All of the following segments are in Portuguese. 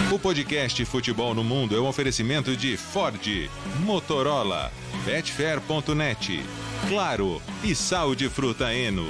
O podcast Futebol no Mundo é um oferecimento de Ford, Motorola, Betfair.net, Claro e Sal de Fruta Eno.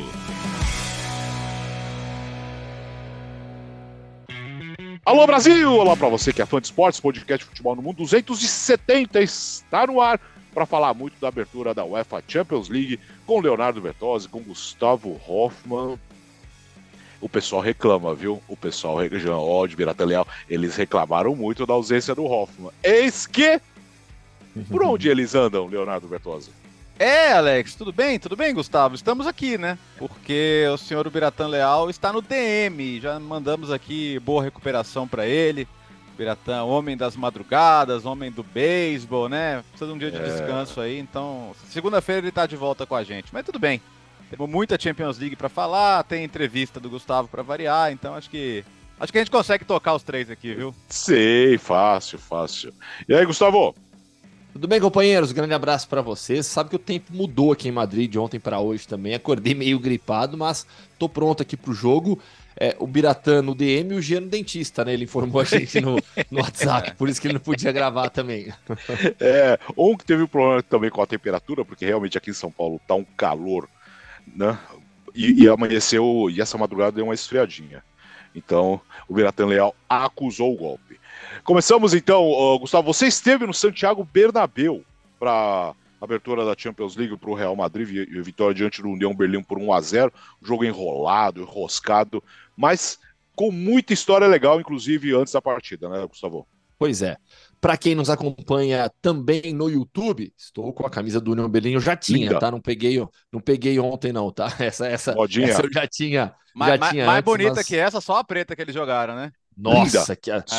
Alô Brasil! Olá pra você que é fã de esportes, podcast Futebol no Mundo 270 está no ar para falar muito da abertura da UEFA Champions League com Leonardo Bertozzi, com Gustavo Hoffmann. O pessoal reclama, viu? O pessoal reclama, de Birata Leal, eles reclamaram muito da ausência do Hoffmann. Eis que... Por onde eles andam, Leonardo Bertozzi? Alex, tudo bem? Tudo bem, Gustavo? Estamos aqui, né? Porque o senhor Biratan Leal está no DM. Já mandamos aqui boa recuperação para ele. Biratan, homem das madrugadas, homem do beisebol, né? Precisa de um dia de descanso aí. Então, segunda-feira ele está de volta com a gente. Mas tudo bem. Temos muita Champions League para falar, tem entrevista do Gustavo para variar. Então, acho que a gente consegue tocar os três aqui, viu? Sei, fácil. E aí, Gustavo? Tudo bem, companheiros? Grande abraço pra vocês. Sabe que o tempo mudou aqui em Madrid de ontem pra hoje também. Acordei meio gripado, mas tô pronto aqui pro jogo. O Biratan no DM e o Gia no dentista, né? Ele informou a gente no WhatsApp, por isso que ele não podia gravar também. Um que teve um problema também com a temperatura, porque realmente aqui em São Paulo tá um calor, né? E amanheceu, e essa madrugada deu uma esfriadinha. Então, o Biratan Leal acusou o golpe. Começamos então, Gustavo, você esteve no Santiago Bernabéu para a abertura da Champions League para o Real Madrid e vitória diante do União Berlim por 1-0, jogo enrolado, enroscado, mas com muita história legal, inclusive antes da partida, né, Gustavo? Pois é. Para quem nos acompanha também no YouTube, estou com a camisa do União Berlim, eu já tinha, Linda. tá? Não peguei ontem não, tá? Essa eu já tinha. Mais antes, bonita mas... que essa, só a preta que eles jogaram, né? Nossa,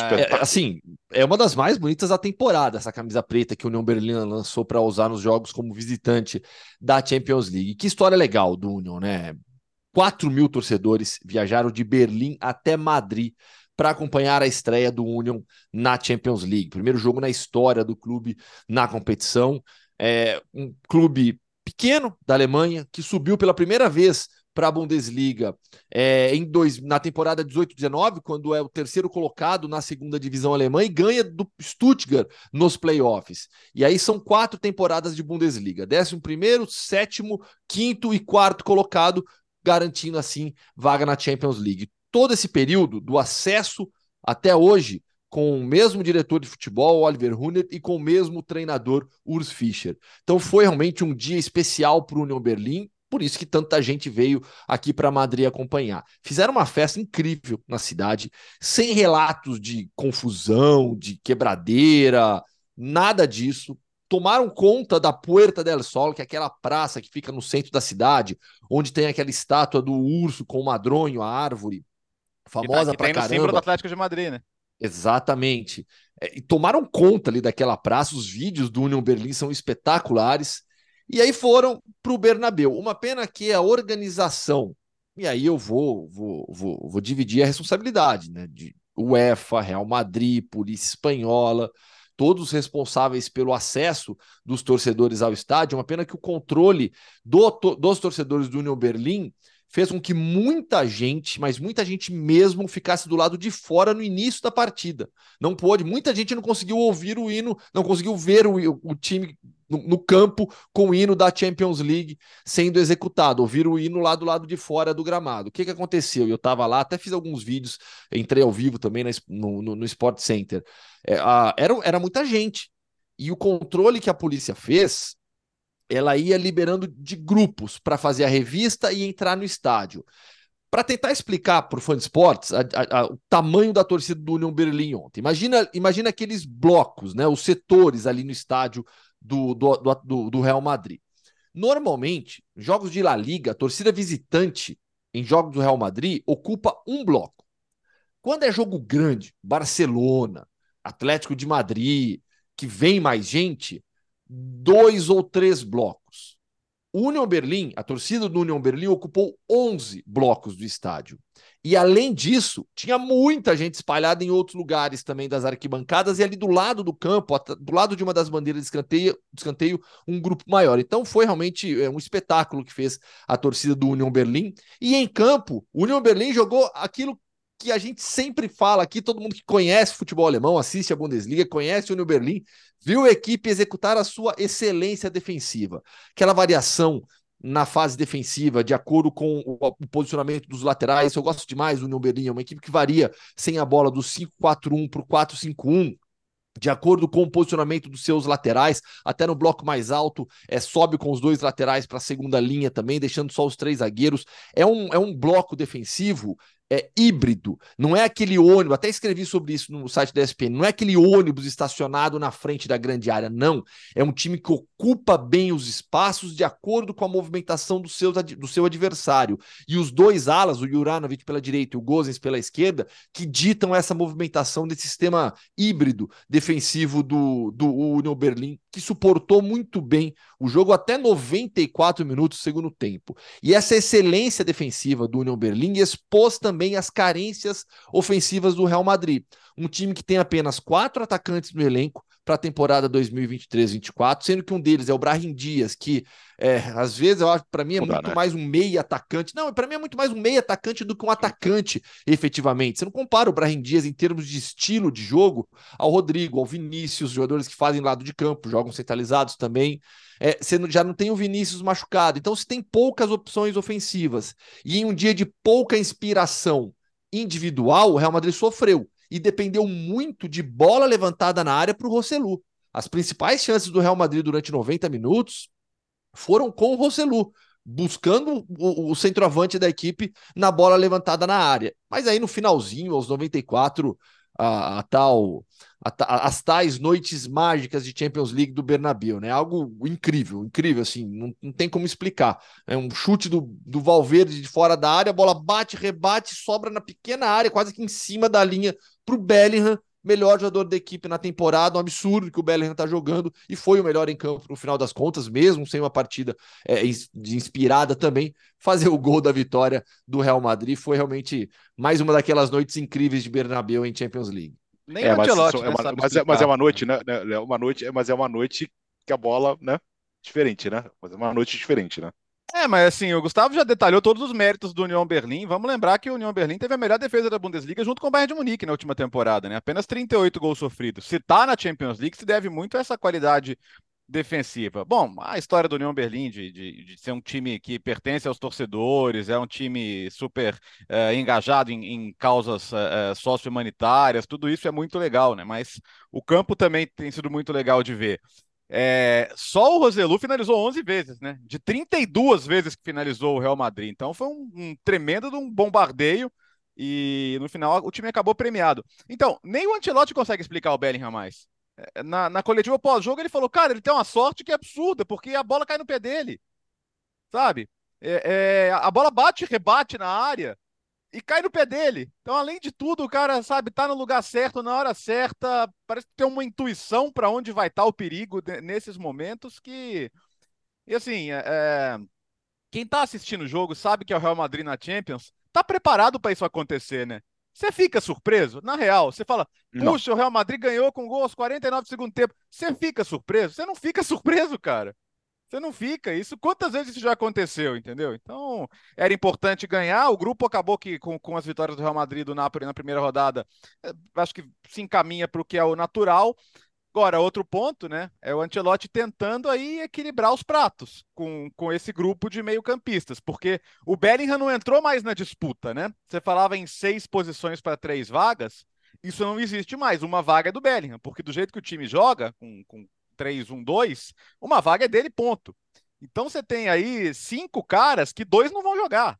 é uma das mais bonitas da temporada, essa camisa preta que o União Berlim lançou para usar nos jogos como visitante da Champions League. Que história legal do União, né? 4.000 torcedores viajaram de Berlim até Madrid para acompanhar a estreia do Union na Champions League. Primeiro jogo na história do clube na competição. Um clube pequeno da Alemanha que subiu pela primeira vez para a Bundesliga na temporada 18-19, quando é o terceiro colocado na segunda divisão alemã e ganha do Stuttgart nos playoffs. E aí são 4 temporadas de Bundesliga. 11º, 7º, 5º e 4º colocado, garantindo assim vaga na Champions League. Todo esse período do acesso até hoje com o mesmo diretor de futebol, Oliver Runert, e com o mesmo treinador, Urs Fischer. Então foi realmente um dia especial para o União Berlim, por isso que tanta gente veio aqui para Madrid acompanhar. Fizeram uma festa incrível na cidade, sem relatos de confusão, de quebradeira, nada disso. Tomaram conta da Puerta del Sol, que é aquela praça que fica no centro da cidade, onde tem aquela estátua do urso com o madronho, a árvore, famosa pra caramba. Tem no símbolo do Atlético de Madrid, né? Exatamente. E tomaram conta ali daquela praça, os vídeos do União Berlim são espetaculares. E aí foram para o Bernabéu. Uma pena que a organização, e aí eu vou dividir a responsabilidade, né? De UEFA, Real Madrid, Polícia Espanhola, todos responsáveis pelo acesso dos torcedores ao estádio. Uma pena que o controle dos torcedores do União Berlim fez com que muita gente, mas muita gente mesmo, ficasse do lado de fora no início da partida. Não pôde, muita gente não conseguiu ouvir o hino, não conseguiu ver o time no campo com o hino da Champions League sendo executado, ouvir o hino lá do lado de fora do gramado. O que aconteceu? Eu estava lá, até fiz alguns vídeos, entrei ao vivo também no Sport Center. Era muita gente. E o controle que a polícia fez, ela ia liberando de grupos para fazer a revista e entrar no estádio. Para tentar explicar para o fã de esportes o tamanho da torcida do União Berlim ontem. Imagina aqueles blocos, né, os setores ali no estádio do Real Madrid. Normalmente, jogos de La Liga, a torcida visitante em jogos do Real Madrid ocupa um bloco. Quando é jogo grande, Barcelona, Atlético de Madrid, que vem mais gente, 2 ou 3 blocos. O União Berlim, a torcida do União Berlim ocupou 11 blocos do estádio. E além disso, tinha muita gente espalhada em outros lugares também das arquibancadas e ali do lado do campo, do lado de uma das bandeiras de escanteio, um grupo maior. Então foi realmente um espetáculo que fez a torcida do União Berlim. E em campo, o União Berlim jogou aquilo que a gente sempre fala aqui, todo mundo que conhece futebol alemão, assiste a Bundesliga, conhece o Union Berlin, viu a equipe executar a sua excelência defensiva. Aquela variação na fase defensiva, de acordo com o posicionamento dos laterais. Eu gosto demais do Union Berlin, é uma equipe que varia sem a bola do 5-4-1 para o 4-5-1, de acordo com o posicionamento dos seus laterais, até no bloco mais alto, sobe com os dois laterais para a segunda linha também, deixando só os 3 zagueiros. É um bloco defensivo híbrido, não é aquele ônibus, até escrevi sobre isso no site da ESPN, não é aquele ônibus estacionado na frente da grande área, não. É um time que ocupa bem os espaços de acordo com a movimentação do seu adversário. E os 2 alas, o Juranovic pela direita e o Gosens pela esquerda, que ditam essa movimentação desse sistema híbrido defensivo do Union Berlin, que suportou muito bem o jogo até 94 minutos do segundo tempo. E essa excelência defensiva do Union Berlin expôs também as carências ofensivas do Real Madrid. Um time que tem apenas 4 atacantes no elenco para a temporada 2023-24, sendo que um deles é o Brahim Dias, que às vezes eu acho, para mim, mais um meia atacante. Não, para mim é muito mais um meia atacante do que um atacante, efetivamente. Você não compara o Brahim Dias em termos de estilo de jogo ao Rodrigo, ao Vinícius, jogadores que fazem lado de campo, jogam centralizados também. Você já não tem o Vinícius machucado, então você tem poucas opções ofensivas. E em um dia de pouca inspiração individual, o Real Madrid sofreu e dependeu muito de bola levantada na área para o Rosselló. As principais chances do Real Madrid durante 90 minutos foram com o Rosselló, buscando o centroavante da equipe na bola levantada na área. Mas aí no finalzinho, aos 94, as tais noites mágicas de Champions League do Bernabéu, né? Algo incrível, assim, não tem como explicar. É um chute do Valverde de fora da área, a bola bate, rebate, sobra na pequena área, quase que em cima da linha, para o Bellingham, melhor jogador da equipe na temporada. Um absurdo que o Bellingham está jogando, e foi o melhor em campo no final das contas, mesmo sem uma partida inspirada também. Fazer o gol da vitória do Real Madrid foi realmente mais uma daquelas noites incríveis de Bernabéu em Champions League. Nem o Ancelotti, mas é uma noite, né? É uma noite que a bola, né? Diferente, né? Mas é uma noite diferente, né? Mas assim, o Gustavo já detalhou todos os méritos do Union Berlin. Vamos lembrar que o Union Berlin teve a melhor defesa da Bundesliga junto com o Bayern de Munique na última temporada, né? Apenas 38 gols sofridos. Se tá na Champions League, se deve muito a essa qualidade defensiva. Bom, a história do Union Berlin de ser um time que pertence aos torcedores, é um time super engajado em causas sócio-humanitárias, tudo isso é muito legal, né? Mas o campo também tem sido muito legal de ver. Só o Rosselló finalizou 11 vezes, né? De 32 vezes que finalizou o Real Madrid. Então foi um tremendo de um bombardeio e no final o time acabou premiado. Então, nem o Ancelotti consegue explicar o Bellingham mais. Na coletiva pós-jogo ele falou, cara, ele tem uma sorte que é absurda, porque a bola cai no pé dele, sabe? A bola bate e rebate na área e cai no pé dele. Então, além de tudo, o cara, sabe, tá no lugar certo, na hora certa, parece que tem uma intuição para onde vai estar o perigo nesses momentos que... E assim, quem tá assistindo o jogo sabe que é o Real Madrid na Champions, tá preparado para isso acontecer, né? Você fica surpreso? Na real, você fala, puxa, o Real Madrid ganhou com gol aos 49 do segundo tempo. Você fica surpreso? Você não fica surpreso, cara. Você não fica. Isso, quantas vezes isso já aconteceu, entendeu? Então, era importante ganhar. O grupo acabou que, com as vitórias do Real Madrid e do Napoli na primeira rodada, acho que se encaminha para o que é o natural. Agora, outro ponto, né? É o Ancelotti tentando aí equilibrar os pratos com esse grupo de meio-campistas, porque o Bellingham não entrou mais na disputa, né? Você falava em 6 posições para 3 vagas, isso não existe mais. Uma vaga é do Bellingham, porque do jeito que o time joga, com 3-1-2, uma vaga é dele, ponto. Então você tem aí 5 caras que 2 não vão jogar.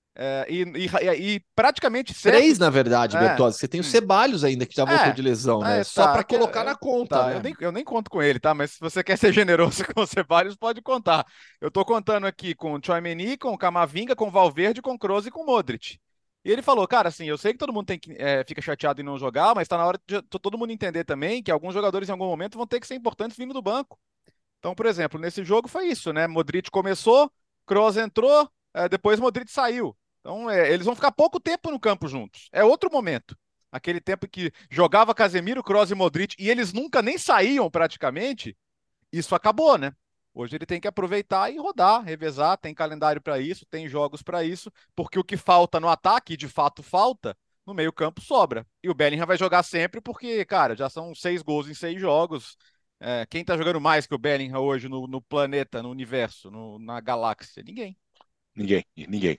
E praticamente 3, na verdade, Bertozzi. Você tem o Ceballos ainda, que já voltou de lesão, né? Só para colocar na conta, né? Eu nem conto com ele, tá? Mas se você quer ser generoso com o Ceballos, pode contar. Eu tô contando aqui com o Tchouaméni, com o Camavinga, com o Valverde, com o Kroos e com o Modric. E ele falou, cara, assim, eu sei que todo mundo fica chateado em não jogar, mas tá na hora de todo mundo entender também que alguns jogadores em algum momento vão ter que ser importantes vindo do banco. Então, por exemplo, nesse jogo foi isso, né? Modric começou, Kroos entrou, depois Modric saiu. Então, eles vão ficar pouco tempo no campo juntos. É outro momento. Aquele tempo que jogava Casemiro, Kroos e Modric e eles nunca nem saíam praticamente, isso acabou, né? Hoje ele tem que aproveitar e rodar, revezar, tem calendário para isso, tem jogos para isso, porque o que falta no ataque, e de fato falta, no meio-campo sobra. E o Bellingham vai jogar sempre porque, cara, já são 6 gols em 6 jogos. Quem tá jogando mais que o Bellingham hoje no planeta, no universo, na galáxia? Ninguém. Ninguém.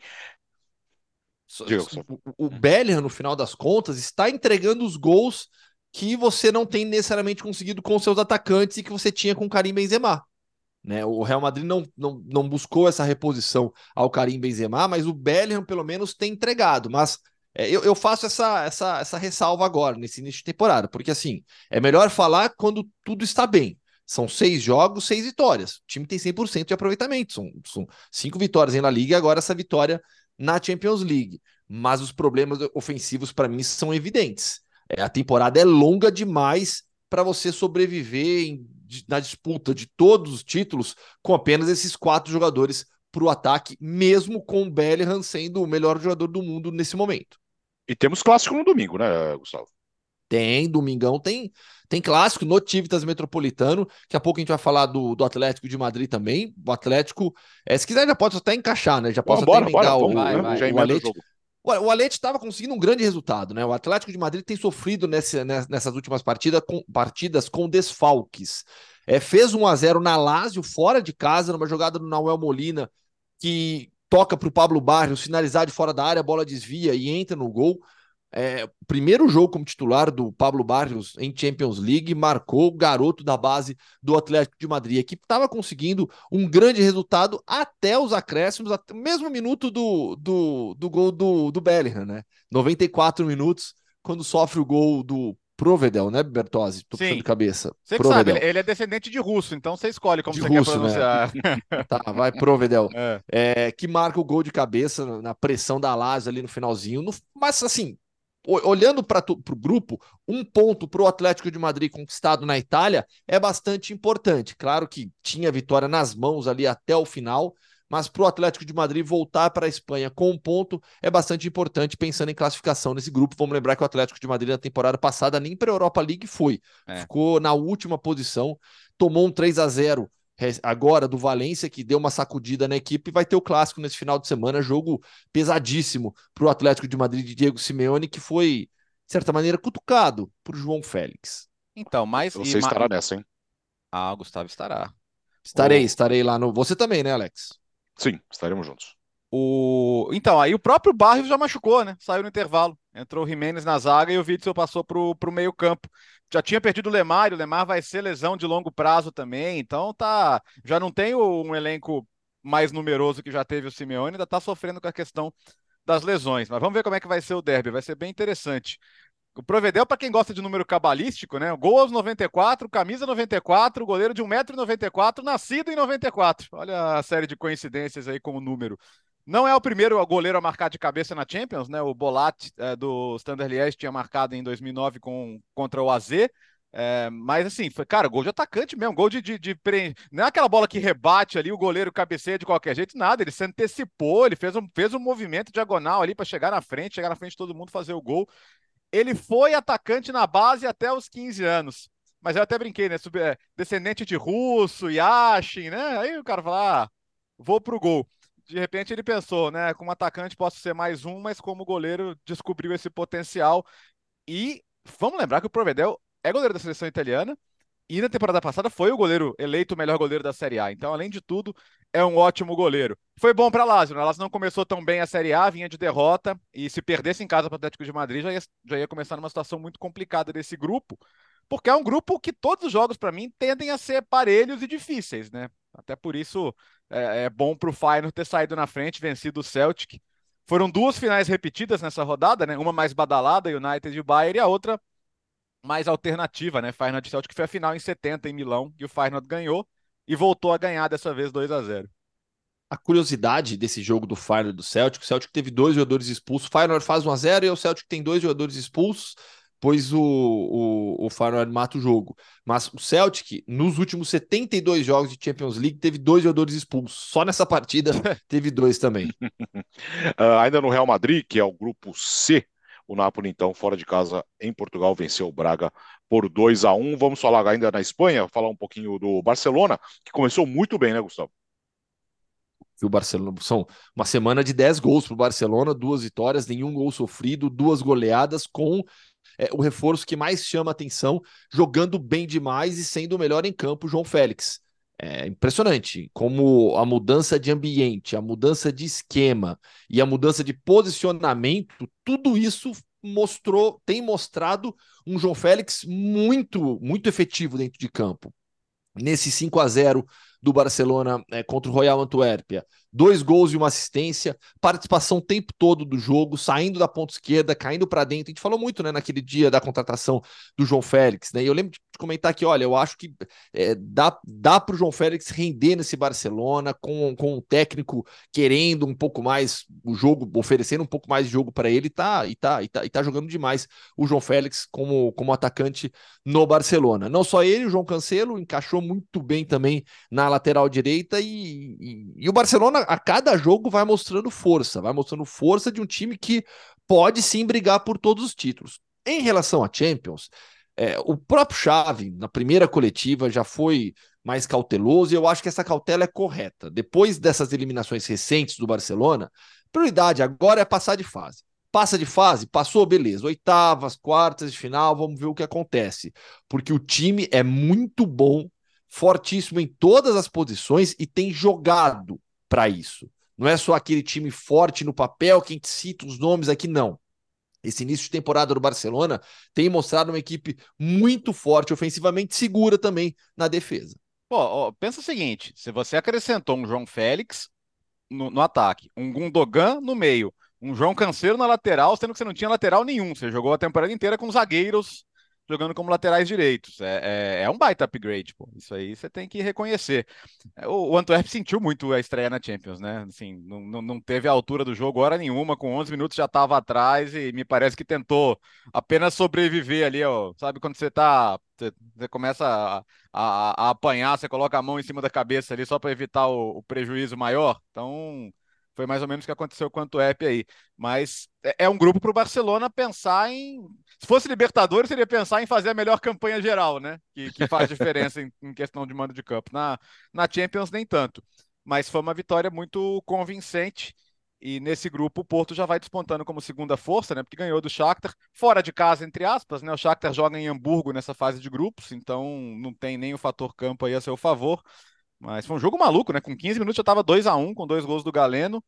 Diga, Gustavo. O Bellingham, no final das contas, está entregando os gols que você não tem necessariamente conseguido com seus atacantes e que você tinha com o Karim Benzema. Né? O Real Madrid não buscou essa reposição ao Karim Benzema, mas o Bellingham pelo menos tem entregado. Mas eu faço essa ressalva agora, nesse início de temporada, porque assim, é melhor falar quando tudo está bem. São 6 jogos, 6 vitórias. O time tem 100% de aproveitamento. São 5 vitórias em La Liga e agora essa vitória na Champions League. Mas os problemas ofensivos para mim são evidentes. A temporada é longa demais para você sobreviver na disputa de todos os títulos com apenas esses 4 jogadores para o ataque, mesmo com o Bellingham sendo o melhor jogador do mundo nesse momento. E temos clássico no domingo, né, Gustavo? Tem, domingão tem clássico no Civitas Metropolitano. Daqui a pouco a gente vai falar do Atlético de Madrid também. O Atlético, se quiser, já pode até encaixar, né? Já posso até emendar já emenda o jogo. O Alete estava conseguindo um grande resultado, né? O Atlético de Madrid tem sofrido nessas últimas partidas com desfalques. Fez 1-0 na Lazio, fora de casa, numa jogada do Nahuel Molina, que toca para o Pablo Barrios finalizar de fora da área, a bola desvia e entra no gol. Primeiro jogo como titular do Pablo Barrios em Champions League, marcou o garoto da base do Atlético de Madrid. A equipe estava conseguindo um grande resultado até os acréscimos, até o mesmo minuto do gol do Bellingham, né? 94 minutos, quando sofre o gol do Provedel, né, Bertozzi? Tô puxando de cabeça. Você que sabe, ele é descendente de russo, então você escolhe como você quer pronunciar. Né? Tá, vai Provedel. Que marca o gol de cabeça na pressão da Lazio ali no finalzinho. Mas assim, olhando para o grupo, um ponto para o Atlético de Madrid conquistado na Itália é bastante importante. Claro que tinha vitória nas mãos ali até o final, mas para o Atlético de Madrid voltar para a Espanha com um ponto é bastante importante pensando em classificação nesse grupo. Vamos lembrar que o Atlético de Madrid na temporada passada nem para a Europa League foi. Ficou na última posição, tomou um 3-0 agora do Valência, que deu uma sacudida na equipe, e vai ter o clássico nesse final de semana, jogo pesadíssimo para o Atlético de Madrid de Diego Simeone, que foi, de certa maneira, cutucado por João Félix. Então, mas... Você estará nessa, hein? Ah, o Gustavo estará. Estarei lá no... Você também, né, Alex? Sim, estaremos juntos. Então, aí o próprio Barrios já machucou, né? Saiu no intervalo. Entrou o Jimenez na zaga e o Witzel passou pro meio campo. Já tinha perdido o Lemar, e o Lemar vai ser lesão de longo prazo também. Então já não tem um elenco mais numeroso que já teve o Simeone, ainda tá sofrendo com a questão das lesões. Mas vamos ver como é que vai ser o derby, vai ser bem interessante. O Provedel, para quem gosta de número cabalístico, né? Gol aos 94, camisa 94, goleiro de 1,94 m, nascido em 94. Olha a série de coincidências aí com o número. Não é o primeiro goleiro a marcar de cabeça na Champions, né? O Bolat do Standard Liège tinha marcado em 2009 contra o AZ. Mas assim, foi, cara, gol de atacante mesmo, gol não é aquela bola que rebate ali, o goleiro cabeceia de qualquer jeito, nada, ele se antecipou, ele fez um movimento diagonal ali para chegar na frente de todo mundo, fazer o gol. Ele foi atacante na base até os 15 anos. Mas eu até brinquei, né? Descendente de russo, Yashin, né? Aí o cara fala, vou pro gol. De repente ele pensou, né? Como atacante posso ser mais um, mas como goleiro descobriu esse potencial. E vamos lembrar que o Provedel é goleiro da seleção italiana e na temporada passada foi o goleiro eleito o melhor goleiro da Série A. Então, além de tudo, é um ótimo goleiro. Foi bom para a Lazio, né? A Lazio não começou tão bem a Série A, vinha de derrota, e se perdesse em casa para o Atlético de Madrid, já ia começar numa situação muito complicada desse grupo, porque é um grupo que todos os jogos, para mim, tendem a ser parelhos e difíceis, né? Até por isso é bom para o Feyenoord ter saído na frente, vencido o Celtic. Foram 2 finais repetidas nessa rodada, né? Uma mais badalada, United e Bayern, e a outra mais alternativa, né? Feyenoord e Celtic, foi a final em 70 em Milão, e o Feyenoord ganhou e voltou a ganhar dessa vez 2-0. A curiosidade desse jogo do Feyenoord e do Celtic, o Celtic teve 2 jogadores expulsos, o Feyenoord faz 1-0 e o Celtic tem 2 jogadores expulsos, pois o Feyenoord mata o jogo. Mas o Celtic, nos últimos 72 jogos de Champions League, teve 2 jogadores expulsos. Só nessa partida teve 2 também. Ainda no Real Madrid, que é o grupo C, o Napoli, então, fora de casa em Portugal, venceu o Braga por 2-1. Vamos falar ainda na Espanha, falar um pouquinho do Barcelona, que começou muito bem, né, Gustavo? O Barcelona são uma semana de 10 gols para o Barcelona, 2 vitórias, nenhum gol sofrido, 2 goleadas com o reforço que mais chama atenção, jogando bem demais e sendo o melhor em campo, João Félix. É impressionante como a mudança de ambiente, a mudança de esquema e a mudança de posicionamento, tudo isso tem mostrado um João Félix muito efetivo dentro de campo. Nesse 5-0 do Barcelona contra o Royal Antuérpia, 2 gols e uma assistência, participação o tempo todo do jogo, saindo da ponta esquerda, caindo para dentro. A gente falou muito, né, naquele dia da contratação do João Félix, né? E eu lembro de comentar aqui, olha, eu acho que dá para o João Félix render nesse Barcelona com um técnico querendo um pouco mais o jogo, oferecendo um pouco mais de jogo para ele, tá jogando demais o João Félix como atacante no Barcelona. Não só ele, o João Cancelo encaixou muito bem também na lateral direita e o Barcelona a cada jogo vai mostrando força de um time que pode sim brigar por todos os títulos. Em relação à Champions, o próprio Xavi, na primeira coletiva, já foi mais cauteloso e eu acho que essa cautela é correta. Depois dessas eliminações recentes do Barcelona, prioridade agora é passar de fase. Passa de fase, passou, beleza. Oitavas, quartas de final, vamos ver o que acontece. Porque o time é muito bom, fortíssimo em todas as posições e tem jogado para isso. Não é só aquele time forte no papel, quem cita os nomes aqui, não. Esse início de temporada do Barcelona tem mostrado uma equipe muito forte, ofensivamente segura também na defesa. Pô, pensa o seguinte, se você acrescentou um João Félix no ataque, um Gundogan no meio, um João Cancelo na lateral, sendo que você não tinha lateral nenhum, você jogou a temporada inteira com zagueiros jogando como laterais direitos. É um baita upgrade, pô. Isso aí você tem que reconhecer. O Antwerp sentiu muito a estreia na Champions, né? Assim, não teve a altura do jogo hora nenhuma, com 11 minutos já estava atrás e me parece que tentou apenas sobreviver ali, ó. Sabe quando você começa a apanhar, você coloca a mão em cima da cabeça ali só para evitar o prejuízo maior? Então, foi mais ou menos o que aconteceu com o Antwerp aí. Mas é um grupo para o Barcelona pensar em. Se fosse Libertadores, seria pensar em fazer a melhor campanha geral, né? Que faz diferença em questão de mando de campo. Na Champions, nem tanto. Mas foi uma vitória muito convincente. E nesse grupo, o Porto já vai despontando como segunda força, né? Porque ganhou do Shakhtar, fora de casa, entre aspas, né? O Shakhtar joga em Hamburgo nessa fase de grupos, então não tem nem o fator campo aí a seu favor. Mas foi um jogo maluco, né? Com 15 minutos já estava 2-1 com 2 gols do Galeno.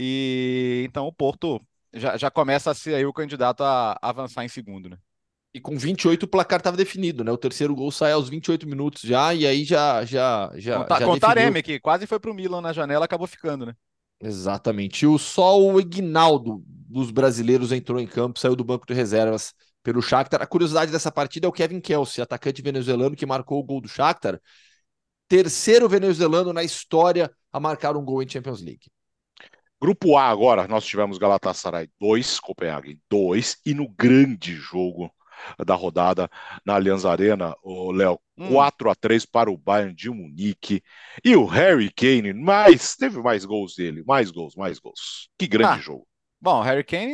E então o Porto já começa a ser aí o candidato a avançar em segundo, né? E com 28 o placar estava definido, né? O terceiro gol sai aos 28 minutos já, e aí já Com o definiu. Taremi, que quase foi pro Milan na janela, acabou ficando, né? Exatamente. Só o Ignaldo dos brasileiros entrou em campo, saiu do banco de reservas pelo Shakhtar. A curiosidade dessa partida é o Kevin Kelsey, atacante venezuelano que marcou o gol do Shakhtar. Terceiro venezuelano na história a marcar um gol em Champions League. Grupo A agora, nós tivemos Galatasaray 2, Copenhagen 2, e no grande jogo da rodada na Allianz Arena, o Léo, 4-3 para o Bayern de Munique. E o Harry Kane, teve mais gols dele, mais gols. Que grande jogo. Bom, o Harry Kane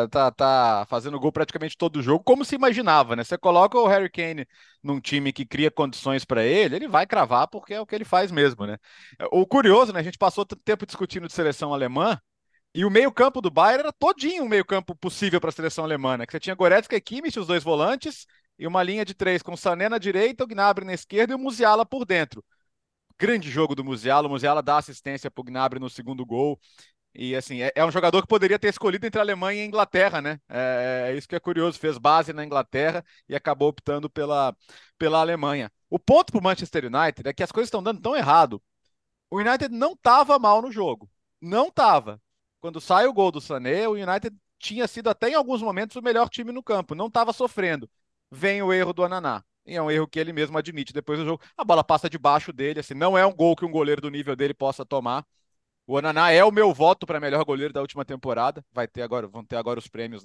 tá fazendo gol praticamente todo jogo, como se imaginava, né? Você coloca o Harry Kane num time que cria condições para ele vai cravar porque é o que ele faz mesmo, né? O curioso, né? A gente passou tanto tempo discutindo de seleção alemã e o meio-campo do Bayern era todinho um meio-campo possível para a seleção alemã, né? Que você tinha Goretzka e Kimmich, os dois volantes, e uma linha de 3 com o Sané na direita, o Gnabry na esquerda e o Musiala por dentro. Grande jogo do Musiala, o Musiala dá assistência pro Gnabry no segundo gol. E assim, é um jogador que poderia ter escolhido entre a Alemanha e a Inglaterra, né? É isso que é curioso. Fez base na Inglaterra e acabou optando pela Alemanha. O ponto para o Manchester United é que as coisas estão dando tão errado. O United não estava mal no jogo. Não estava. Quando sai o gol do Sané, o United tinha sido até em alguns momentos o melhor time no campo. Não estava sofrendo. Vem o erro do Ananá. E é um erro que ele mesmo admite depois do jogo. A bola passa debaixo dele. Assim, não é um gol que um goleiro do nível dele possa tomar. O Ananá é o meu voto para melhor goleiro da última temporada. Vão ter agora os prêmios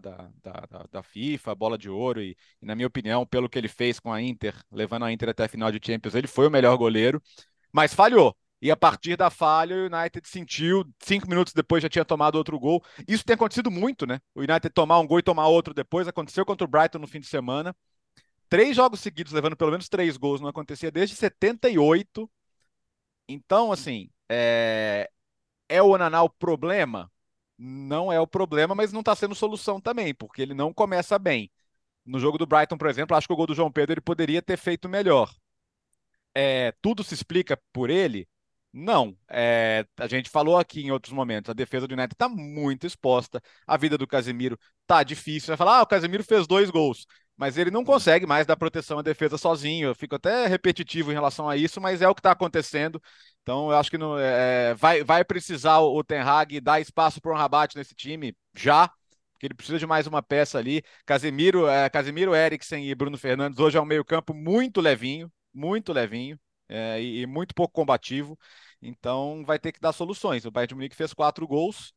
da FIFA, Bola de Ouro, e, na minha opinião, pelo que ele fez com a Inter, levando a Inter até a final de Champions, ele foi o melhor goleiro, mas falhou. E a partir da falha, o United sentiu, 5 minutos depois já tinha tomado outro gol. Isso tem acontecido muito, né? O United tomar um gol e tomar outro depois. Aconteceu contra o Brighton no fim de semana. 3 jogos seguidos, levando pelo menos 3 gols, não acontecia desde 78. Então, assim, É o Onaná o problema? Não é o problema, mas não está sendo solução também, porque ele não começa bem. No jogo do Brighton, por exemplo, acho que o gol do João Pedro ele poderia ter feito melhor. Tudo se explica por ele? Não. A gente falou aqui em outros momentos, a defesa do United está muito exposta, a vida do Casemiro tá difícil. Vai falar, o Casemiro fez 2 gols, mas ele não consegue mais dar proteção à defesa sozinho. Eu fico até repetitivo em relação a isso, mas é o que está acontecendo. Então, eu acho que não, vai precisar o Ten Hag dar espaço para o Rabat nesse time já, porque ele precisa de mais uma peça ali. Casemiro, Eriksen e Bruno Fernandes hoje é um meio-campo muito levinho, e muito pouco combativo. Então vai ter que dar soluções. O Bayern de Munique fez 4 gols.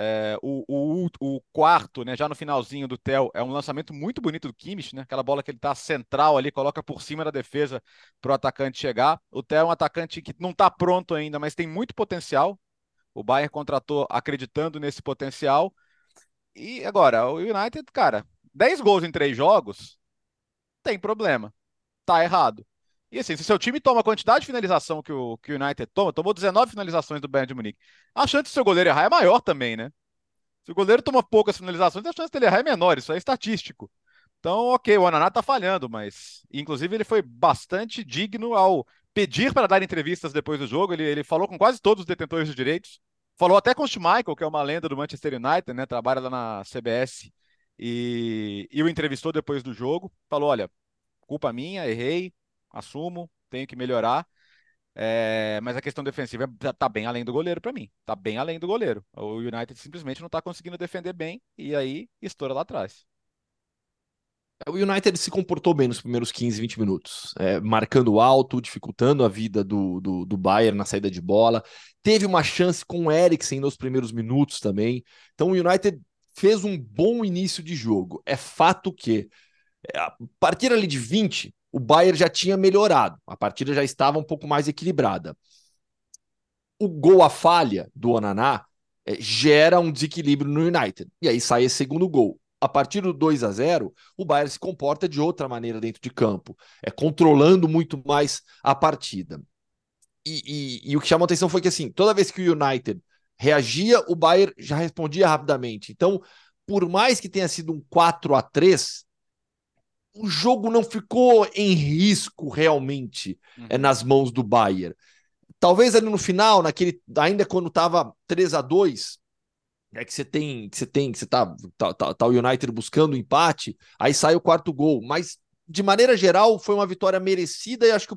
O quarto, né, já no finalzinho do Theo, é um lançamento muito bonito do Kimmich, né? Aquela bola que ele tá central ali, coloca por cima da defesa para o atacante chegar. O Theo é um atacante que não está pronto ainda, mas tem muito potencial. O Bayern contratou acreditando nesse potencial. E agora, o United, cara, 10 gols em 3 jogos, tem problema. Tá errado. E assim, se seu time toma a quantidade de finalização que o United tomou 19 finalizações do Bayern de Munique. A chance do seu goleiro errar é maior também, né? Se o goleiro toma poucas finalizações, a chance dele errar é menor, isso é estatístico. Então, ok, o Onaná tá falhando, mas inclusive ele foi bastante digno ao pedir para dar entrevistas depois do jogo. Ele falou com quase todos os detentores de direitos. Falou até com o Schmeichel, que é uma lenda do Manchester United, né? Trabalha lá na CBS. E o entrevistou depois do jogo. Falou: olha, culpa minha, errei, assumo, tenho que melhorar. Mas a questão defensiva tá bem além do goleiro para mim. Tá bem além do goleiro. O United simplesmente não tá conseguindo defender bem e aí estoura lá atrás. O United se comportou bem nos primeiros 15, 20 minutos, marcando alto, dificultando a vida do Bayern na saída de bola. Teve uma chance com o Eriksen nos primeiros minutos também. Então o United fez um bom início de jogo. É fato que, a partir ali de 20, o Bayern já tinha melhorado. A partida já estava um pouco mais equilibrada. O gol à falha do Onaná gera um desequilíbrio no United. E aí sai esse segundo gol. A partir do 2-0, o Bayern se comporta de outra maneira dentro de campo, controlando muito mais a partida. E o que chamou a atenção foi que, assim, toda vez que o United reagia, o Bayern já respondia rapidamente. Então, por mais que tenha sido um 4-3, o jogo não ficou em risco realmente nas mãos do Bayern. Talvez ali no final, ainda quando estava 3-2, tá o United buscando o empate, aí sai o quarto gol. Mas, de maneira geral, foi uma vitória merecida e acho que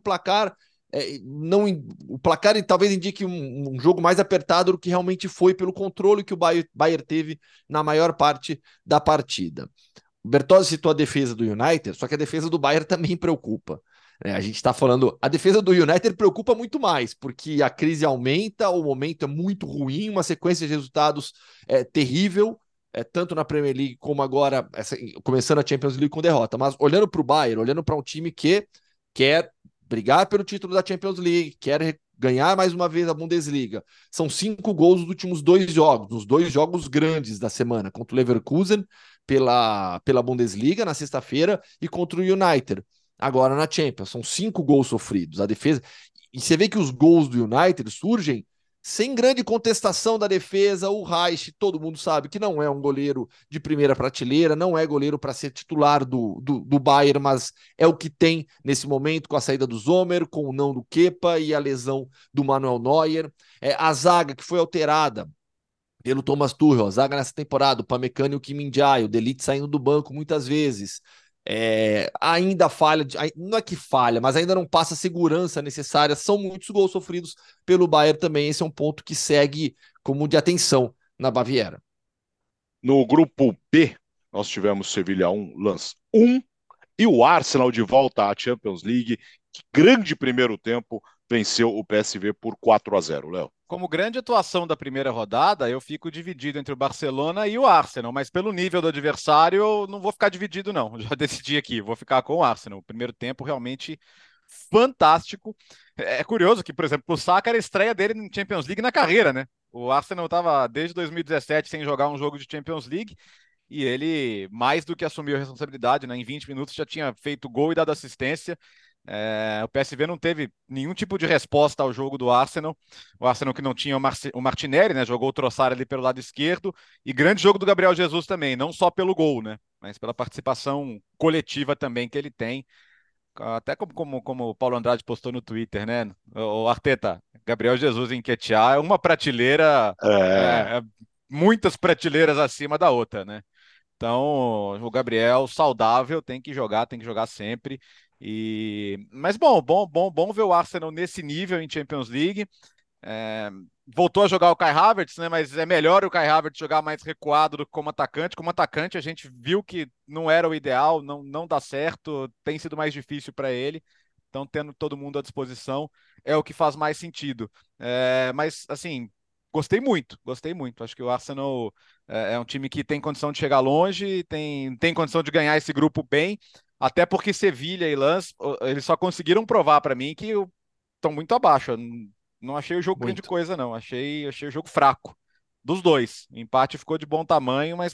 o placar talvez indique um jogo mais apertado do que realmente foi pelo controle que o Bayern teve na maior parte da partida. O Bertozzi citou a defesa do United, só que a defesa do Bayern também preocupa. A gente está falando, a defesa do United preocupa muito mais, porque a crise aumenta, o momento é muito ruim, uma sequência de resultados terrível, tanto na Premier League como agora, começando a Champions League com derrota. Mas olhando para o Bayern, olhando para um time que quer brigar pelo título da Champions League, quer ganhar mais uma vez a Bundesliga. São 5 gols nos últimos 2 jogos, nos 2 jogos grandes da semana, contra o Leverkusen pela Bundesliga na sexta-feira e contra o United agora na Champions. São 5 gols sofridos. A defesa. E você vê que os gols do United surgem sem grande contestação da defesa. O Reich, todo mundo sabe que não é um goleiro de primeira prateleira, não é goleiro para ser titular do Bayern, mas é o que tem nesse momento, com a saída do Zomer, com o não do Kepa e a lesão do Manuel Neuer. A zaga que foi alterada pelo Thomas Tuchel, a zaga nessa temporada, o Pamecano e o Kim Min-jae, o De Ligt saindo do banco muitas vezes. Ainda falha, não é que falha, mas ainda não passa a segurança necessária. São muitos gols sofridos pelo Bayern também. Esse é um ponto que segue como de atenção na Baviera. No grupo B, nós tivemos Sevilha 1, Lens 1 e o Arsenal de volta à Champions League. Que grande primeiro tempo, venceu o PSV por 4-0, Léo. Como grande atuação da primeira rodada, eu fico dividido entre o Barcelona e o Arsenal, mas pelo nível do adversário, eu não vou ficar dividido, não. Já decidi aqui, vou ficar com o Arsenal. O primeiro tempo realmente fantástico. É curioso que, por exemplo, o Saka era a estreia dele na Champions League na carreira, né? O Arsenal estava desde 2017 sem jogar um jogo de Champions League e ele, mais do que assumiu a responsabilidade, né? Em 20 minutos já tinha feito gol e dado assistência. O PSV não teve nenhum tipo de resposta ao jogo do Arsenal. O Arsenal que não tinha o Martinelli, né? Jogou o Trossard ali pelo lado esquerdo. E grande jogo do Gabriel Jesus também, não só pelo gol, né? Mas pela participação coletiva também que ele tem. Até como o Paulo Andrade postou no Twitter, né? O Arteta, Gabriel Jesus em Nketiah é uma prateleira, É, muitas prateleiras acima da outra, né? Então, o Gabriel saudável tem que jogar sempre. Mas bom ver o Arsenal nesse nível em Champions League. É, Voltou a jogar o Kai Havertz, né? Mas é melhor o Kai Havertz jogar mais recuado do que como atacante. Como atacante, a gente viu que não era o ideal, não dá certo, tem sido mais difícil para ele. Então, tendo todo mundo à disposição é o que faz mais sentido. Mas, assim, gostei muito, gostei muito. Acho que o Arsenal é um time que tem condição de chegar longe, tem condição de ganhar esse grupo bem, até porque Sevilha e Lens, eles só conseguiram provar para mim que estão muito abaixo. Eu não achei o jogo grande Muito. coisa, não. Achei o jogo fraco. Dos dois. O empate ficou de bom tamanho, mas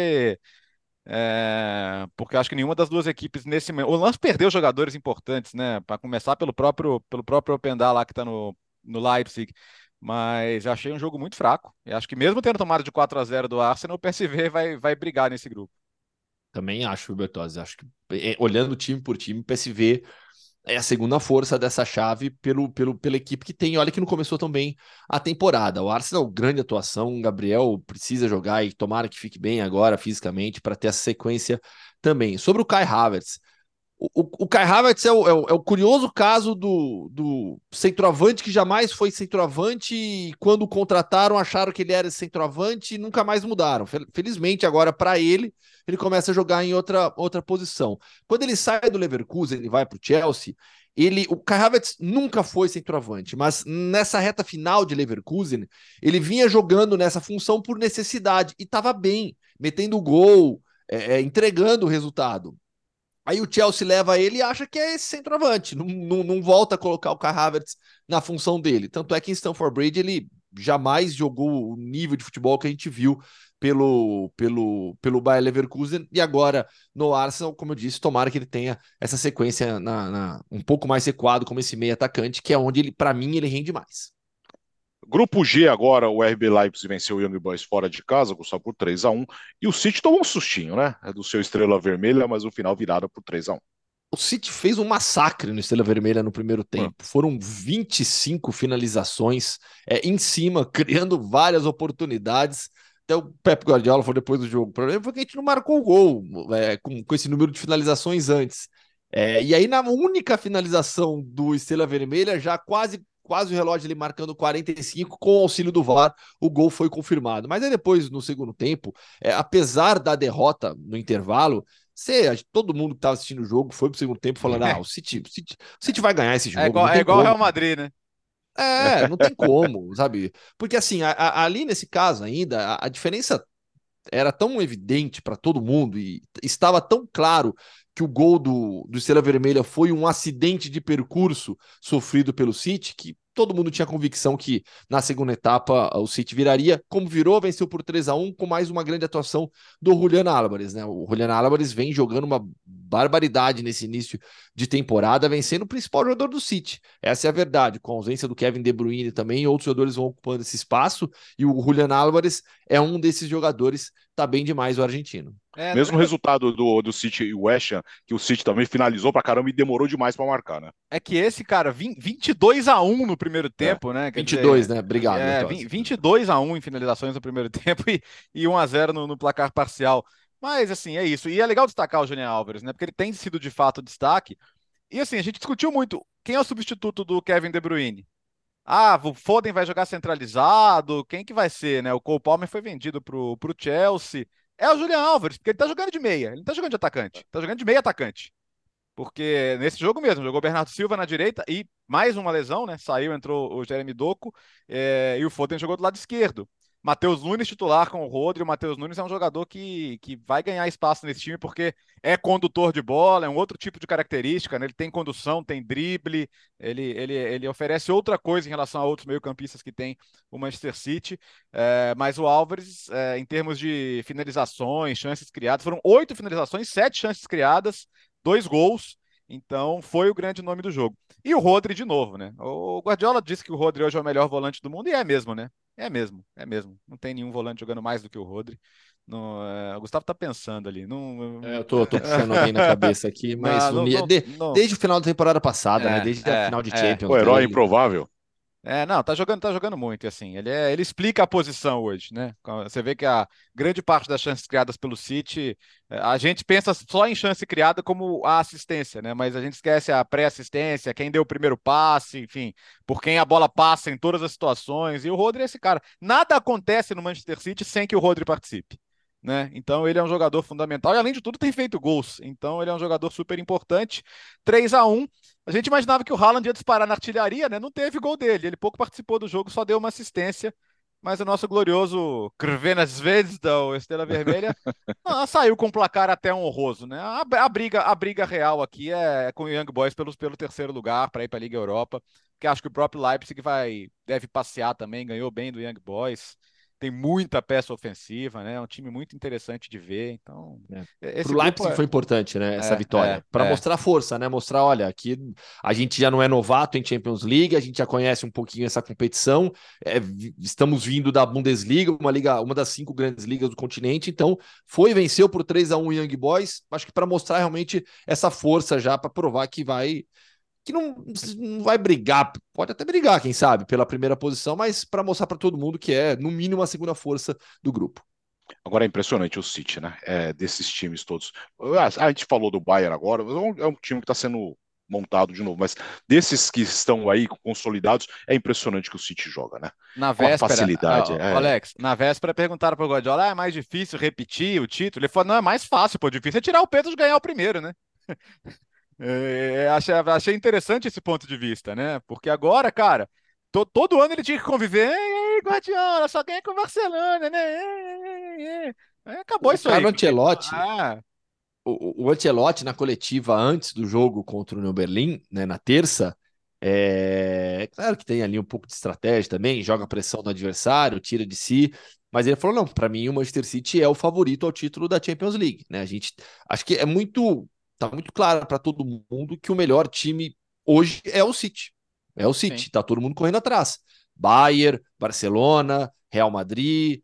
porque acho que nenhuma das duas equipes nesse momento. O Lance perdeu jogadores importantes, né? Para começar pelo próprio Opendal lá que está no Leipzig. Mas eu achei um jogo muito fraco. E acho que mesmo tendo tomado de 4-0 do Arsenal, o PSV vai brigar nesse grupo. Também acho, Bertozzi. Acho que, olhando time por time, o PSV é a segunda força dessa chave pela equipe que tem. Olha que não começou tão bem a temporada. O Arsenal, grande atuação. O Gabriel precisa jogar e tomara que fique bem agora fisicamente para ter essa sequência também. Sobre o Kai Havertz. O Kai Havertz é o curioso caso do centroavante que jamais foi centroavante e quando o contrataram acharam que ele era centroavante e nunca mais mudaram. Felizmente agora para ele começa a jogar em outra posição. Quando ele sai do Leverkusen, ele vai para o Chelsea, o Kai Havertz nunca foi centroavante, mas nessa reta final de Leverkusen, ele vinha jogando nessa função por necessidade e estava bem, metendo gol, entregando o resultado. Aí o Chelsea leva ele e acha que é esse centroavante, não volta a colocar o Kai Havertz na função dele. Tanto é que em Stamford Bridge ele jamais jogou o nível de futebol que a gente viu pelo Bayer Leverkusen e agora no Arsenal, como eu disse, tomara que ele tenha essa sequência um pouco mais recuado como esse meio atacante, que é onde ele, para mim, ele rende mais. Grupo G agora, o RB Leipzig venceu o Young Boys fora de casa, Gustavo, por 3-1. E o City tomou um sustinho, né? É do seu Estrela Vermelha, mas o final virada por 3-1. O City fez um massacre no Estrela Vermelha no primeiro tempo. Foram 25 finalizações em cima, criando várias oportunidades. Até o Pep Guardiola falou depois do jogo. O problema foi que a gente não marcou o gol com esse número de finalizações antes. E aí, na única finalização do Estrela Vermelha, já quase o relógio ali marcando 45, com o auxílio do VAR, o gol foi confirmado. Mas aí depois, no segundo tempo, apesar da derrota no intervalo, todo mundo que estava assistindo o jogo foi pro segundo tempo falando: o City vai ganhar esse jogo. Não tem Igual o como. Real Madrid, né? Não tem como, sabe? Porque assim, ali nesse caso ainda, a diferença era tão evidente para todo mundo e estava tão claro que o gol do Estrela Vermelha foi um acidente de percurso sofrido pelo City, que todo mundo tinha convicção que na segunda etapa o City viraria, como virou, venceu por 3-1 com mais uma grande atuação do Julián Álvares, né? O Julián Álvares vem jogando uma barbaridade nesse início de temporada, vencendo o principal jogador do City. Essa é a verdade, com a ausência do Kevin De Bruyne também, outros jogadores vão ocupando esse espaço e o Julián Álvares é um desses jogadores, tá bem demais o argentino. Mesmo resultado do City e West Ham, que o City também finalizou pra caramba e demorou demais pra marcar, né? É que esse, cara, 22-1 no primeiro tempo, né? Quer 22, dizer, né? Obrigado, Bertozzi. 22-1 em finalizações no primeiro tempo e 1-0 no placar parcial. Mas, assim, é isso. E é legal destacar o Julián Álvares, né? Porque ele tem sido, de fato, destaque. E, assim, a gente discutiu muito quem é o substituto do Kevin De Bruyne. O Foden vai jogar centralizado, quem que vai ser, né? O Cole Palmer foi vendido pro Chelsea. É o Julián Álvares, porque ele tá jogando de meia, ele não tá jogando de atacante, tá jogando de meia atacante. Porque nesse jogo mesmo, jogou o Bernardo Silva na direita e mais uma lesão, né? Saiu, entrou o Jeremy Doku e o Foden jogou do lado esquerdo. Matheus Nunes titular com o Rodri. O Matheus Nunes é um jogador que vai ganhar espaço nesse time porque é condutor de bola, é um outro tipo de característica, né? Ele tem condução, tem drible, ele oferece outra coisa em relação a outros meio-campistas que tem o Manchester City. Mas o Álvares, em termos de finalizações, chances criadas, foram 8 finalizações, 7 chances criadas, 2 gols. Então, foi o grande nome do jogo. E o Rodri de novo, né? O Guardiola disse que o Rodri hoje é o melhor volante do mundo, e é mesmo, né? É mesmo, é mesmo. Não tem nenhum volante jogando mais do que o Rodri. Não, o Gustavo tá pensando ali. Não, Eu tô puxando alguém na cabeça aqui, mas não, não, não. desde o final da temporada passada, né? É, Desde a é, final de é. O Champions herói dele. improvável. Não, tá jogando muito, e assim, ele explica a posição hoje, né? Você vê que a grande parte das chances criadas pelo City, a gente pensa só em chance criada como a assistência, né? Mas a gente esquece a pré-assistência, quem deu o primeiro passe, enfim, por quem a bola passa em todas as situações, e o Rodri é esse cara. Nada acontece no Manchester City sem que o Rodri participe. Né? Então ele é um jogador fundamental e além de tudo tem feito gols. Então ele é um jogador super importante. 3-1. A gente imaginava que o Haaland ia disparar na artilharia, né? Não teve gol dele. Ele pouco participou do jogo, só deu uma assistência. Mas o nosso glorioso Crvena Zvezda, ou Estrela Vermelha, saiu com um placar até honroso, né? A briga real aqui é com o Young Boys pelo terceiro lugar para ir para a Liga Europa, que acho que o próprio Leipzig deve passear também, ganhou bem do Young Boys. Tem muita peça ofensiva, né? É um time muito interessante de ver. Então, Para esse o grupo Leipzig foi importante, né? Essa é, vitória. Para é. mostrar força, né? Mostrar, olha, aqui a gente já não é novato em Champions League, a gente já conhece um pouquinho essa competição. Estamos vindo da Bundesliga, uma das 5 grandes ligas do continente. Então, venceu por 3-1 o Young Boys. Acho que para mostrar realmente essa força já, para provar que não vai brigar, pode até brigar, quem sabe, pela primeira posição, mas para mostrar para todo mundo que é, no mínimo, a segunda força do grupo. Agora é impressionante o City, né? Desses times todos. A gente falou do Bayern agora, é um time que está sendo montado de novo, mas desses que estão aí consolidados, é impressionante que o City joga, né? Na Com a véspera, facilidade. Alex, na véspera perguntaram pro Guardiola, é mais difícil repetir o título? Ele falou, não, é mais fácil, pô, difícil é tirar o Pedro de ganhar o primeiro, né? Achei interessante esse ponto de vista, né? Porque agora, cara, todo ano ele tinha que conviver, ei, Guardiola, só ganha com o Barcelona, né? Acabou O isso aí. Carlo Ancelotti, Ah, o Ancelotti na coletiva antes do jogo contra o Union Berlin, né, na terça, claro que tem ali um pouco de estratégia também, joga pressão no adversário, tira de si, mas ele falou, não, para mim o Manchester City é o favorito ao título da Champions League, né? A gente acho que tá muito claro para todo mundo que o melhor time hoje é o City. É o sim. City, tá todo mundo correndo atrás. Bayern, Barcelona, Real Madrid,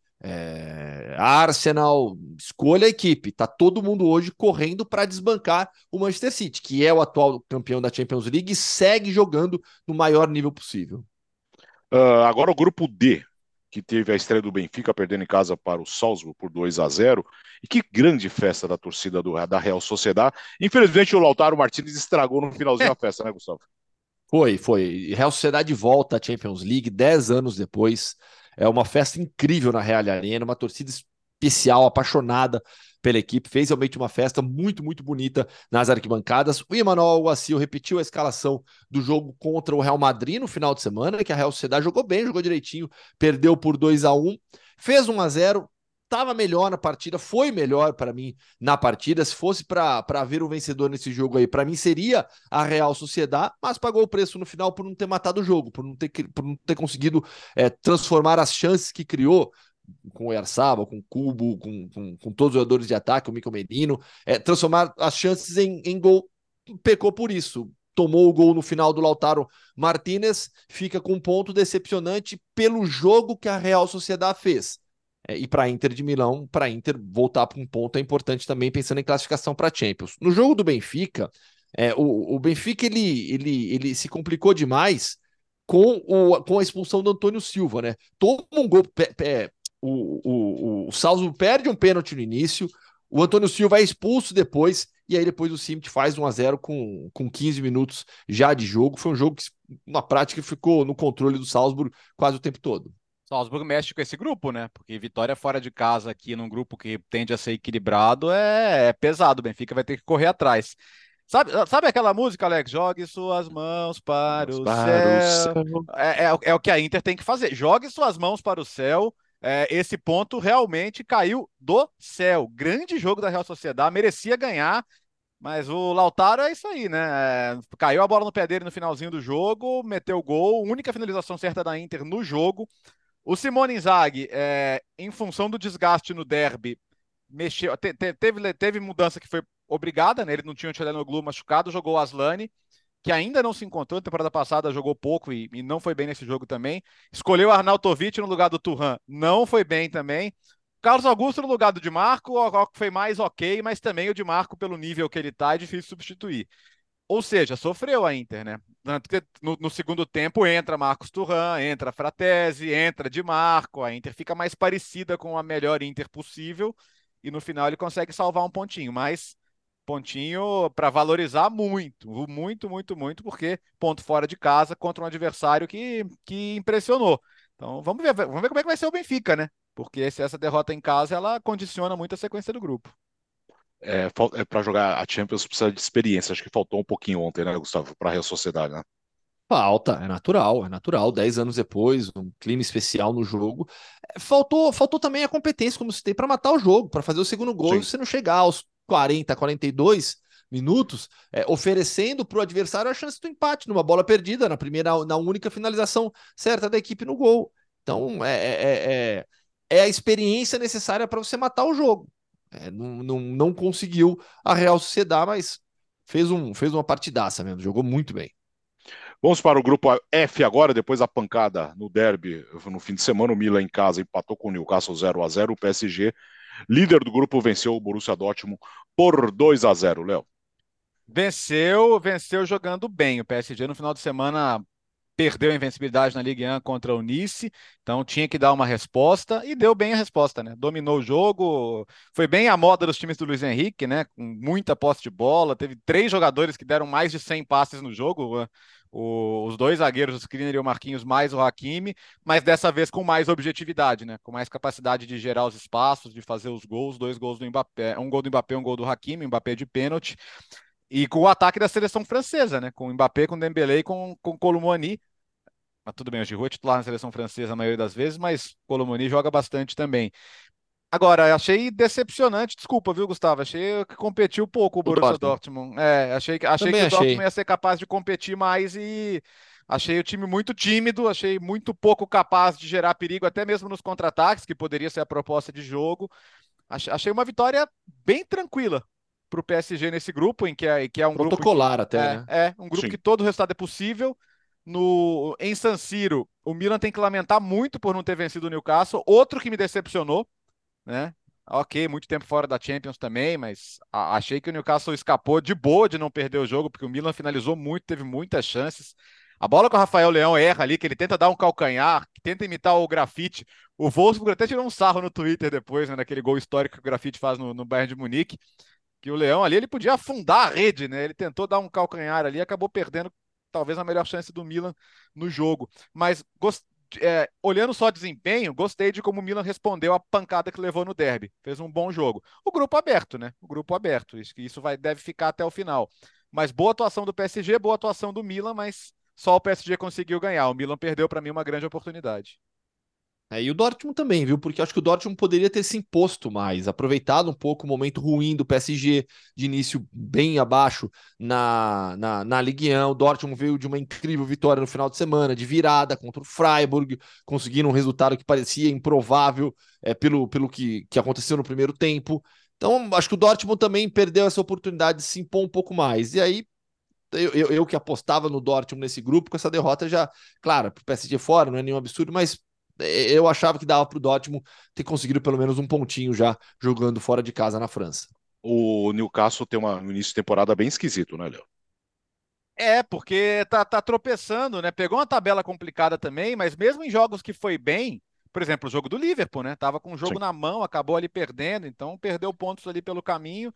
Arsenal, escolha a equipe. Tá todo mundo hoje correndo para desbancar o Manchester City, que é o atual campeão da Champions League e segue jogando no maior nível possível. Agora o grupo D, que teve a estreia do Benfica perdendo em casa para o Salzburg por 2-0. E que grande festa da torcida da Real Sociedad. Infelizmente o Lautaro Martínez estragou no finalzinho a festa, né, Gustavo? Foi. Real Sociedade volta à Champions League 10 anos depois. É uma festa incrível na Real Arena, uma torcida especial, apaixonada pela equipe. Fez realmente uma festa muito, muito bonita nas arquibancadas. O Emmanuel Alguacil repetiu a escalação do jogo contra o Real Madrid no final de semana, que a Real Sociedade jogou bem, jogou direitinho, perdeu por 2-1, fez 1-0. Estava melhor na partida, foi melhor para mim na partida. Se fosse para ver o vencedor nesse jogo aí, para mim seria a Real Sociedad, mas pagou o preço no final por não ter matado o jogo, por não ter conseguido transformar as chances que criou com o Oyarzabal, com o Kubo, com todos os jogadores de ataque, o Mikel Merino, transformar as chances em gol. Pecou por isso. Tomou o gol no final do Lautaro Martínez, fica com um ponto decepcionante pelo jogo que a Real Sociedad fez. E para a Inter de Milão, para a Inter voltar para um ponto é importante também, pensando em classificação para a Champions. No jogo do Benfica, o Benfica ele se complicou demais com a expulsão do Antônio Silva, né? Toma um gol, o Salzburg perde um pênalti no início, o Antônio Silva é expulso depois, e aí depois o City faz 1-0 com 15 minutos já de jogo. Foi um jogo que, na prática, ficou no controle do Salzburg quase o tempo todo. Salzburg mexe com esse grupo, né? Porque vitória fora de casa aqui num grupo que tende a ser equilibrado é pesado. O Benfica vai ter que correr atrás. Sabe aquela música, Alex? Jogue suas mãos para Vamos o para o céu. céu. É o que a Inter tem que fazer. Jogue suas mãos para o céu. Esse ponto realmente caiu do céu. Grande jogo da Real Sociedad, merecia ganhar, mas o Lautaro é isso aí, né? Caiu a bola no pé dele no finalzinho do jogo, meteu o gol, única finalização certa da Inter no jogo. O Simone Inzaghi, em função do desgaste no derby, mexeu, teve mudança que foi obrigada, né? Ele não tinha o Çalhanoğlu machucado, jogou o Aslani, que ainda não se encontrou, na temporada passada jogou pouco e não foi bem nesse jogo também. Escolheu o Arnautovic no lugar do Thuram, não foi bem também. Carlos Augusto no lugar do Di Marco, o que foi mais ok, mas também o Di Marco, pelo nível que ele tá, é difícil substituir. Ou seja, sofreu a Inter, né? Tanto que no segundo tempo entra Marcos Thuram, entra Fratesi, entra Di Marco, a Inter fica mais parecida com a melhor Inter possível e no final ele consegue salvar um pontinho, mas pontinho para valorizar muito, muito, muito, muito, porque ponto fora de casa contra um adversário que impressionou. Então vamos ver como é que vai ser o Benfica, né? Porque se essa derrota em casa, ela condiciona muito a sequência do grupo. Para jogar a Champions precisa de experiência. Acho que faltou um pouquinho ontem, né, Gustavo, para a Real Sociedade, né? Falta, é natural, é natural. 10 anos depois, um clima especial no jogo. Faltou também a competência, como você tem, para matar o jogo, para fazer o segundo gol e Sim. você não chegar aos 40, 42 minutos, oferecendo para o adversário a chance do empate numa bola perdida, na única finalização certa da equipe no gol. Então, é a experiência necessária para você matar o jogo. Não conseguiu a Real Sociedade, mas fez uma partidaça mesmo, jogou muito bem. Vamos para o grupo F agora, depois da pancada no derby no fim de semana. O Milan em casa empatou com o Newcastle 0-0. O PSG, líder do grupo, venceu o Borussia Dortmund por 2-0, Léo. Venceu jogando bem. O PSG no final de semana perdeu a invencibilidade na Ligue 1 contra o Nice, então tinha que dar uma resposta e deu bem a resposta, né? Dominou o jogo, foi bem a moda dos times do Luiz Henrique, né? Com muita posse de bola, teve 3 jogadores que deram mais de 100 passes no jogo, os 2 zagueiros, o Skriniar e o Marquinhos, mais o Hakimi, mas dessa vez com mais objetividade, né? Com mais capacidade de gerar os espaços, de fazer os gols, 2 gols do Mbappé, um gol do Mbappé, um gol do Hakimi, o Mbappé de pênalti. E com o ataque da seleção francesa, né? Com o Mbappé, com o Dembélé e com o Colomoni. Mas tudo bem, o Giroud é titular na seleção francesa a maioria das vezes, mas o Colomoni joga bastante também. Agora, achei decepcionante, desculpa, viu, Gustavo? Achei que competiu pouco o O Borussia Dortmund. Dortmund. Achei que Também o Dortmund achei. ia ser capaz de competir mais e achei o time muito tímido, achei muito pouco capaz de gerar perigo, até mesmo nos contra-ataques, que poderia ser a proposta de jogo. Achei uma vitória bem tranquila para o PSG nesse grupo, que é um grupo em que Protocolar até, né? é um grupo que Sim. todo o resultado é possível. Em San Siro, o Milan tem que lamentar muito por não ter vencido o Newcastle. Outro que me decepcionou, né? Ok, muito tempo fora da Champions também, mas achei que o Newcastle escapou de boa de não perder o jogo, porque o Milan finalizou muito, teve muitas chances. A bola que o Rafael Leão erra ali, que ele tenta dar um calcanhar, que tenta imitar o Grafite. O Wolfsburg até tirou um sarro no Twitter depois, né, naquele gol histórico que o Grafite faz no Bayern de Munique, que o Leão ali ele podia afundar a rede, né? Ele tentou dar um calcanhar ali, acabou perdendo talvez a melhor chance do Milan no jogo. Mas olhando só desempenho, gostei de como o Milan respondeu a pancada que levou no derby. Fez um bom jogo. O grupo aberto, né? O grupo aberto. Isso deve ficar até o final. Mas boa atuação do PSG, boa atuação do Milan, mas só o PSG conseguiu ganhar. O Milan perdeu para mim uma grande oportunidade. E o Dortmund também, viu? Porque eu acho que o Dortmund poderia ter se imposto mais, aproveitado um pouco o momento ruim do PSG, de início bem abaixo na Ligue 1. O Dortmund veio de uma incrível vitória no final de semana, de virada contra o Freiburg, conseguindo um resultado que parecia improvável pelo que aconteceu no primeiro tempo. Então, acho que o Dortmund também perdeu essa oportunidade de se impor um pouco mais. E aí, eu que apostava no Dortmund nesse grupo, com essa derrota já, claro, pro PSG fora, não é nenhum absurdo, mas eu achava que dava pro Dortmund ter conseguido pelo menos um pontinho já jogando fora de casa na França. O Newcastle tem um início de temporada bem esquisito, né, Léo? Porque tá tropeçando, né? Pegou uma tabela complicada também, mas mesmo em jogos que foi bem, por exemplo, o jogo do Liverpool, né? Tava com o jogo Sim. na mão, acabou ali perdendo, então perdeu pontos ali pelo caminho.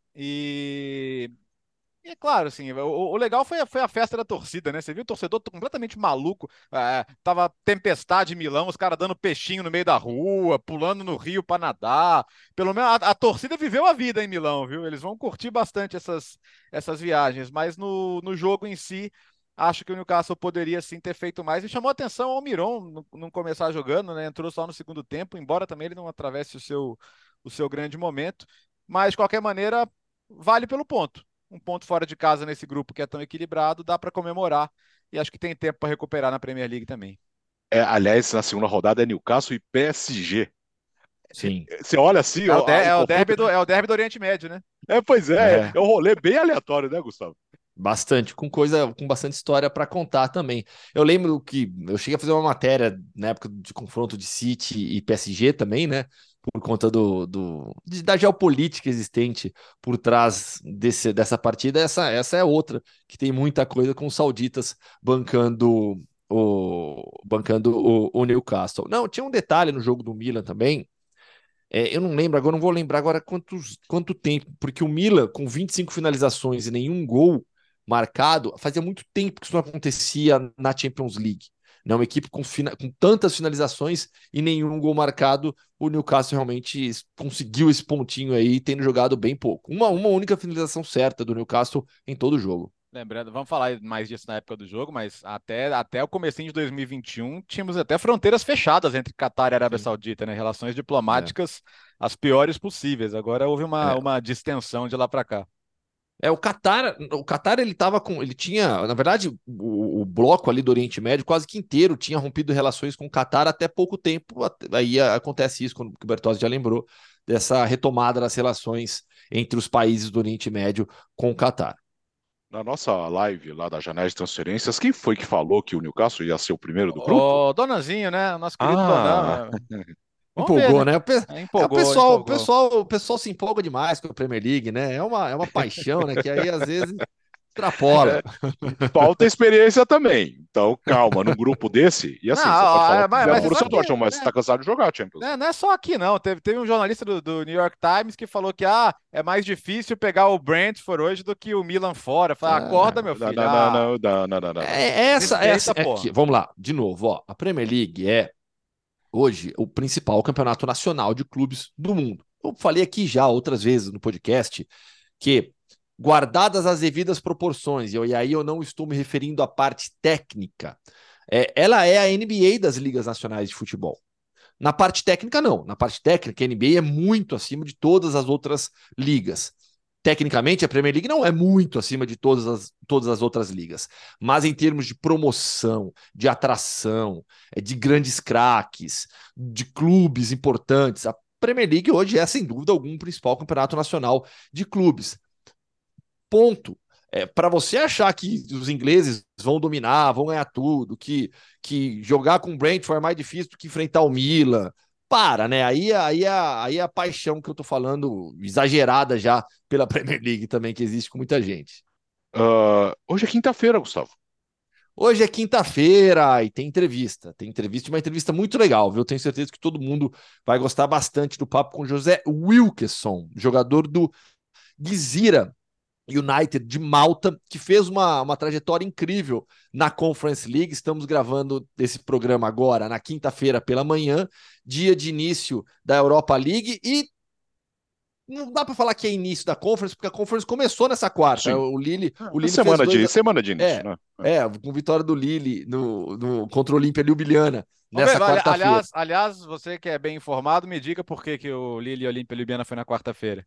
E E é claro, assim, o legal foi a festa da torcida, né? Você viu o torcedor completamente maluco. Tava tempestade em Milão, os caras dando peixinho no meio da rua, pulando no rio para nadar. Pelo menos a torcida viveu a vida em Milão, viu? Eles vão curtir bastante essas viagens, mas no jogo em si, acho que o Newcastle poderia sim ter feito mais. E chamou a atenção ao Almiron não começar jogando, né? Entrou só no segundo tempo, embora também ele não atravesse o seu grande momento. Mas, de qualquer maneira, vale pelo ponto. Um ponto fora de casa nesse grupo que é tão equilibrado, dá para comemorar. E acho que tem tempo para recuperar na Premier League também. Aliás, na segunda rodada é Newcastle e PSG. Sim. Você olha assim, É o confronto. derby do Oriente Médio, né? Pois É. é um rolê bem aleatório, né, Gustavo? Bastante, com bastante história para contar também. Eu lembro que eu cheguei a fazer uma matéria na época de confronto de City e PSG também, né? Por conta da geopolítica existente por trás dessa partida. Essa é outra, que tem muita coisa com os sauditas bancando o Newcastle. Não, tinha um detalhe no jogo do Milan também. Eu não lembro agora, não vou lembrar agora quanto tempo, porque o Milan, com 25 finalizações e nenhum gol marcado, fazia muito tempo que isso não acontecia na Champions League. Não, uma equipe com tantas finalizações e nenhum gol marcado, o Newcastle realmente conseguiu esse pontinho aí, tendo jogado bem pouco. Uma única finalização certa do Newcastle em todo o jogo. Lembrando, vamos falar mais disso na época do jogo, mas até o comecinho de 2021 tínhamos até fronteiras fechadas entre Catar e Arábia Sim. Saudita, né? Relações É. diplomáticas as piores possíveis. Agora houve É, uma distensão de lá para cá. o Catar ele tinha, na verdade, o bloco ali do Oriente Médio quase que inteiro tinha rompido relações com o Catar até pouco tempo. Aí acontece isso, quando o Bertozzi já lembrou, dessa retomada das relações entre os países do Oriente Médio com o Catar. Na nossa live lá da janela de transferências, quem foi que falou que o Newcastle ia ser o primeiro do grupo? O Donãozinho, né? O nosso querido Ah, Donão. Vamos ver, Empolgou, né? né? O Empolgou, pessoal, o empolgou. pessoal, o pessoal se empolga demais com a Premier League, né? É uma paixão, né? Que aí às vezes extrapola. falta experiência também. Então, calma, num grupo desse, e Não, assim, você pode falar o que quiser mas do você Borussia sabe que Dortmund, mas você tá cansado de jogar Champions League. não é só aqui, não. Teve um jornalista do New York Times que falou que é mais difícil pegar o Brentford hoje do que o Milan fora. Falei, acorda, meu Não, filho. não, não, não, não, não, não, não, não. Respeita, pô. Aqui, vamos lá, de novo, ó. A Premier League é hoje o principal campeonato nacional de clubes do mundo. Eu falei aqui já outras vezes no podcast que, guardadas as devidas proporções, e aí eu não estou me referindo à parte técnica, ela é a NBA das ligas nacionais de futebol. Na parte técnica, não. Na parte técnica, a NBA é muito acima de todas as outras ligas. Tecnicamente, a Premier League não é muito acima de todas as outras ligas. Mas em termos de promoção, de atração, de grandes craques, de clubes importantes, a Premier League hoje é, sem dúvida algum, o principal campeonato nacional de clubes. Ponto. Para você achar que os ingleses vão dominar, vão ganhar tudo, que jogar com o Brentford é mais difícil do que enfrentar o Milan, para, né? Aí é a paixão que eu tô falando, exagerada já pela Premier League também, que existe com muita gente. Hoje é quinta-feira, Gustavo. Hoje é quinta-feira e tem entrevista. Tem entrevista, uma entrevista muito legal, viu? Eu tenho certeza que todo mundo vai gostar bastante do papo com José Wilkerson, jogador do Gizira United de Malta, que fez uma trajetória incrível na Conference League. Estamos gravando esse programa agora na quinta-feira pela manhã, dia de início da Europa League, e não dá para falar que é início da Conference, porque a Conference começou nessa quarta. Sim. O Lille fez Semana de início, é, né? com vitória do Lille contra o Olímpia Ljubljana Vamos ver, nessa quarta-feira. aliás, você que é bem informado, me diga por que o Lille e Olímpia Ljubljana foi na quarta-feira.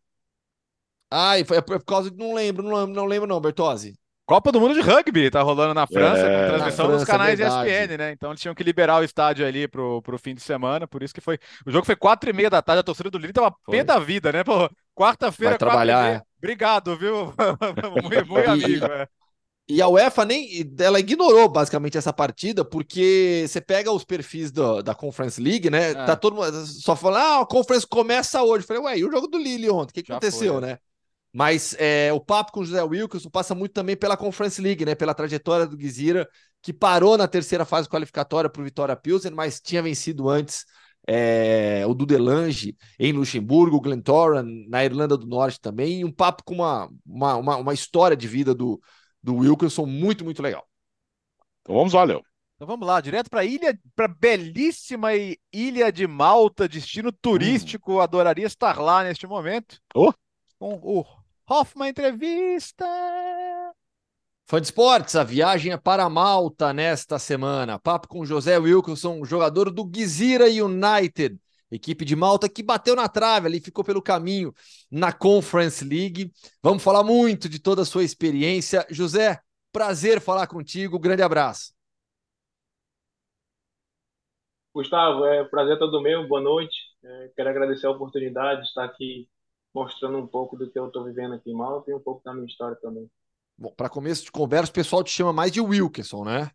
E foi por causa de. Não lembro, não, Bertozzi. Copa do Mundo de Rugby tá rolando na França, com Na transmissão nos França, é canais verdade. ESPN, né? Então eles tinham que liberar o estádio ali pro fim de semana, por isso que foi. O jogo foi 4h30 da tarde, a torcida do Lille tava pé Foi. da vida, né? Pô, Vai quarta-feira, trabalhar, 4h30. Obrigado, viu? Muito amigo. E, E a UEFA ela ignorou basicamente essa partida, porque você pega os perfis da Conference League, né? Tá É, todo mundo só falando, a Conference começa hoje. Eu falei, ué, e o jogo do Lille ontem? O que já foi. aconteceu, né? Mas o papo com o José Wilkerson passa muito também pela Conference League, né? Pela trajetória do Gizira, que parou na terceira fase qualificatória para o Vitória Pilsen, mas tinha vencido antes o Dudelange em Luxemburgo, o Glentoran na Irlanda do Norte também, e um papo com uma história de vida do Wilkerson muito, muito legal. Então vamos lá, Léo. Então vamos lá, direto para belíssima ilha de Malta, destino turístico. Adoraria estar lá neste momento. Oh. Com o Hoffman Entrevista. Fã de esportes, a viagem é para Malta nesta semana. Papo com José Wilkerson, jogador do Gizira United, equipe de Malta que bateu na trave ali, ficou pelo caminho na Conference League. Vamos falar muito de toda a sua experiência. José, prazer falar contigo, grande abraço. Gustavo, prazer todo meu, boa noite. Quero agradecer a oportunidade de estar aqui mostrando um pouco do que eu estou vivendo aqui em Malta e um pouco da minha história também. Bom, para começo de conversa, o pessoal te chama mais de Wilkerson, né?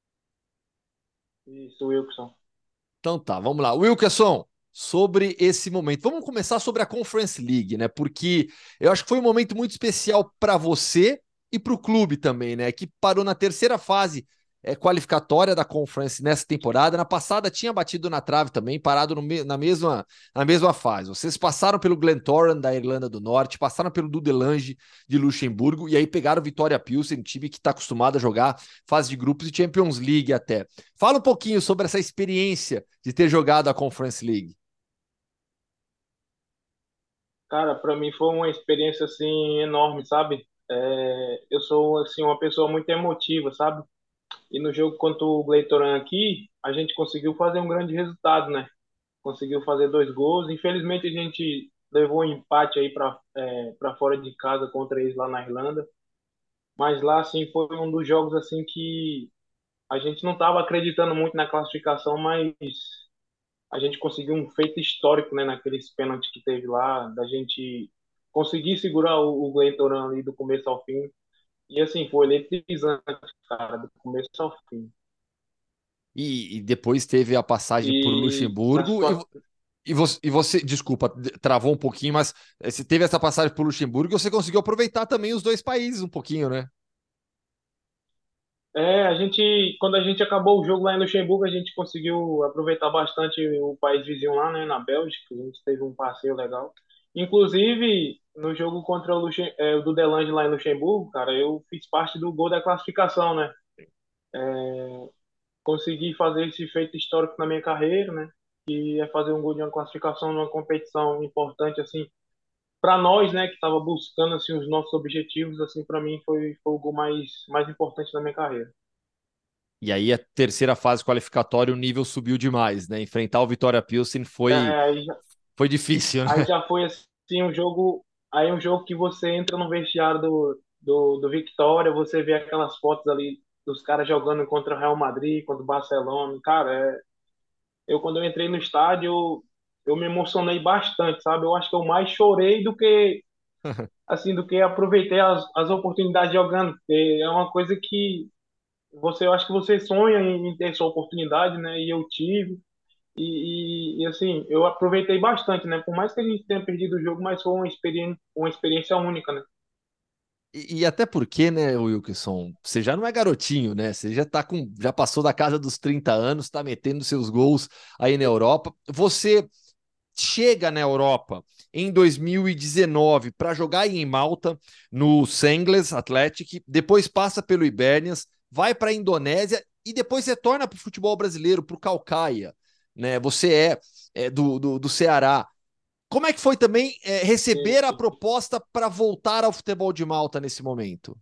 Isso, Wilson. Então tá, vamos lá. Wilkerson, sobre esse momento. Vamos começar sobre a Conference League, né? Porque eu acho que foi um momento muito especial para você e para o clube também, né? Que parou na terceira fase qualificatória da Conference nessa temporada. Na passada tinha batido na trave também, parado na mesma fase. Vocês passaram pelo Glentoran da Irlanda do Norte, passaram pelo Dudelange de Luxemburgo e aí pegaram o Vitória Pilsen, time que está acostumado a jogar fase de grupos e Champions League até. Fala um pouquinho sobre essa experiência de ter jogado a Conference League. Cara, para mim foi uma experiência assim enorme, sabe? Eu sou assim uma pessoa muito emotiva, sabe? E no jogo contra o Gleitoran aqui, a gente conseguiu fazer um grande resultado, né? Conseguiu fazer 2 gols. Infelizmente a gente levou um empate aí para fora de casa contra eles lá na Irlanda. Mas lá assim foi um dos jogos assim que a gente não estava acreditando muito na classificação, mas a gente conseguiu um feito histórico, né, naqueles pênaltis que teve lá, da gente conseguir segurar o Glentoran ali do começo ao fim. E assim, foi eletrizante, cara, do começo ao fim. E depois teve a passagem por E na Luxemburgo. situação. Você, desculpa, travou um pouquinho, mas você teve essa passagem por Luxemburgo e você conseguiu aproveitar também os dois países um pouquinho, né? Quando a gente acabou o jogo lá em Luxemburgo, a gente conseguiu aproveitar bastante o país vizinho lá, né, na Bélgica. A gente teve um passeio legal. Inclusive, no jogo contra o do Delange lá em Luxemburgo, cara, eu fiz parte do gol da classificação, né? Consegui fazer esse feito histórico na minha carreira, né? Que é fazer um gol de uma classificação numa competição importante, assim, para nós, né, que estava buscando assim os nossos objetivos, assim, para mim foi o gol mais importante da minha carreira. E aí a terceira fase qualificatória, o nível subiu demais, né? Enfrentar o Vitória Pilsen É, foi difícil, aí né? já foi assim um jogo que você entra no vestiário do Victoria, você vê aquelas fotos ali dos caras jogando contra o Real Madrid, contra o Barcelona. Cara, quando eu entrei no estádio, eu me emocionei bastante, sabe? Eu acho que eu mais chorei do que aproveitei as oportunidades jogando, porque é uma coisa que eu acho que você sonha em ter essa oportunidade, né? E eu tive. Assim, eu aproveitei bastante, né? Por mais que a gente tenha perdido o jogo, mas foi uma experiência única, né? E até porque, né, Wilkerson, você já não é garotinho, né? Você já passou da casa dos 30 anos, tá metendo seus gols aí na Europa. Você chega na Europa em 2019 para jogar em Malta, no Sengles Athletic, depois passa pelo Hibernians, vai para a Indonésia e depois retorna para o futebol brasileiro, para o Caucaia. Né? Você do Ceará. Como é que foi também Sim, receber a sim. proposta para voltar ao futebol de Malta nesse momento?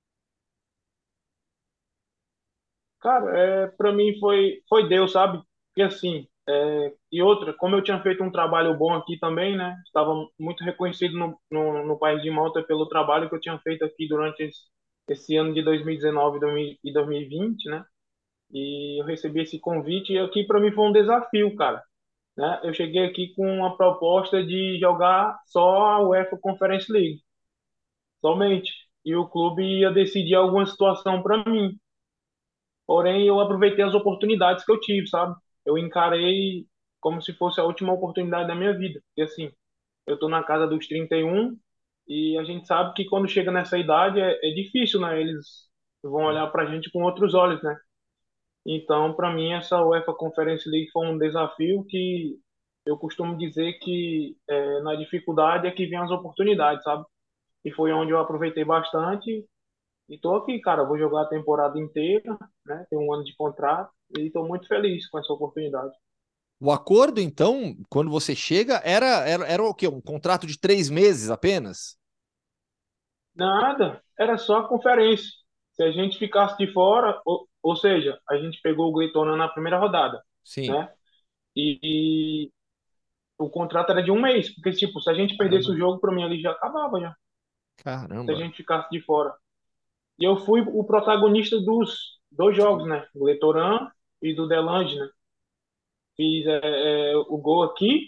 Cara, para mim foi Deus, sabe? Porque assim, e outra, como eu tinha feito um trabalho bom aqui também, né? Estava muito reconhecido no país de Malta pelo trabalho que eu tinha feito aqui durante esse ano de 2019 e 2020, né? E eu recebi esse convite e aqui para mim foi um desafio, cara, né? Eu cheguei aqui com uma proposta de jogar só a UEFA Conference League, somente. E o clube ia decidir alguma situação para mim. Porém, eu aproveitei as oportunidades que eu tive, sabe? Eu encarei como se fosse a última oportunidade da minha vida. E assim, eu tô na casa dos 31 e a gente sabe que quando chega nessa idade é difícil, né? Eles vão olhar pra gente com outros olhos, né? Então, para mim, essa UEFA Conference League foi um desafio que eu costumo dizer que na dificuldade é que vem as oportunidades, sabe? E foi onde eu aproveitei bastante. E tô aqui, cara. Vou jogar a temporada inteira, né? Tem um ano de contrato e tô muito feliz com essa oportunidade. O acordo, então, quando você chega, era o quê? Um contrato de 3 meses apenas? Nada, era só a conferência. Se a gente ficasse de fora, ou seja, a gente pegou o Gleitona na primeira rodada, Sim. né? E o contrato era de um mês, porque, tipo, se a gente perdesse Caramba, o jogo, pra mim ali já acabava, já. Se a caramba. gente ficasse de fora. E eu fui o protagonista dos 2 jogos, né? Do Leitoran e do Delange, né? Fiz o gol aqui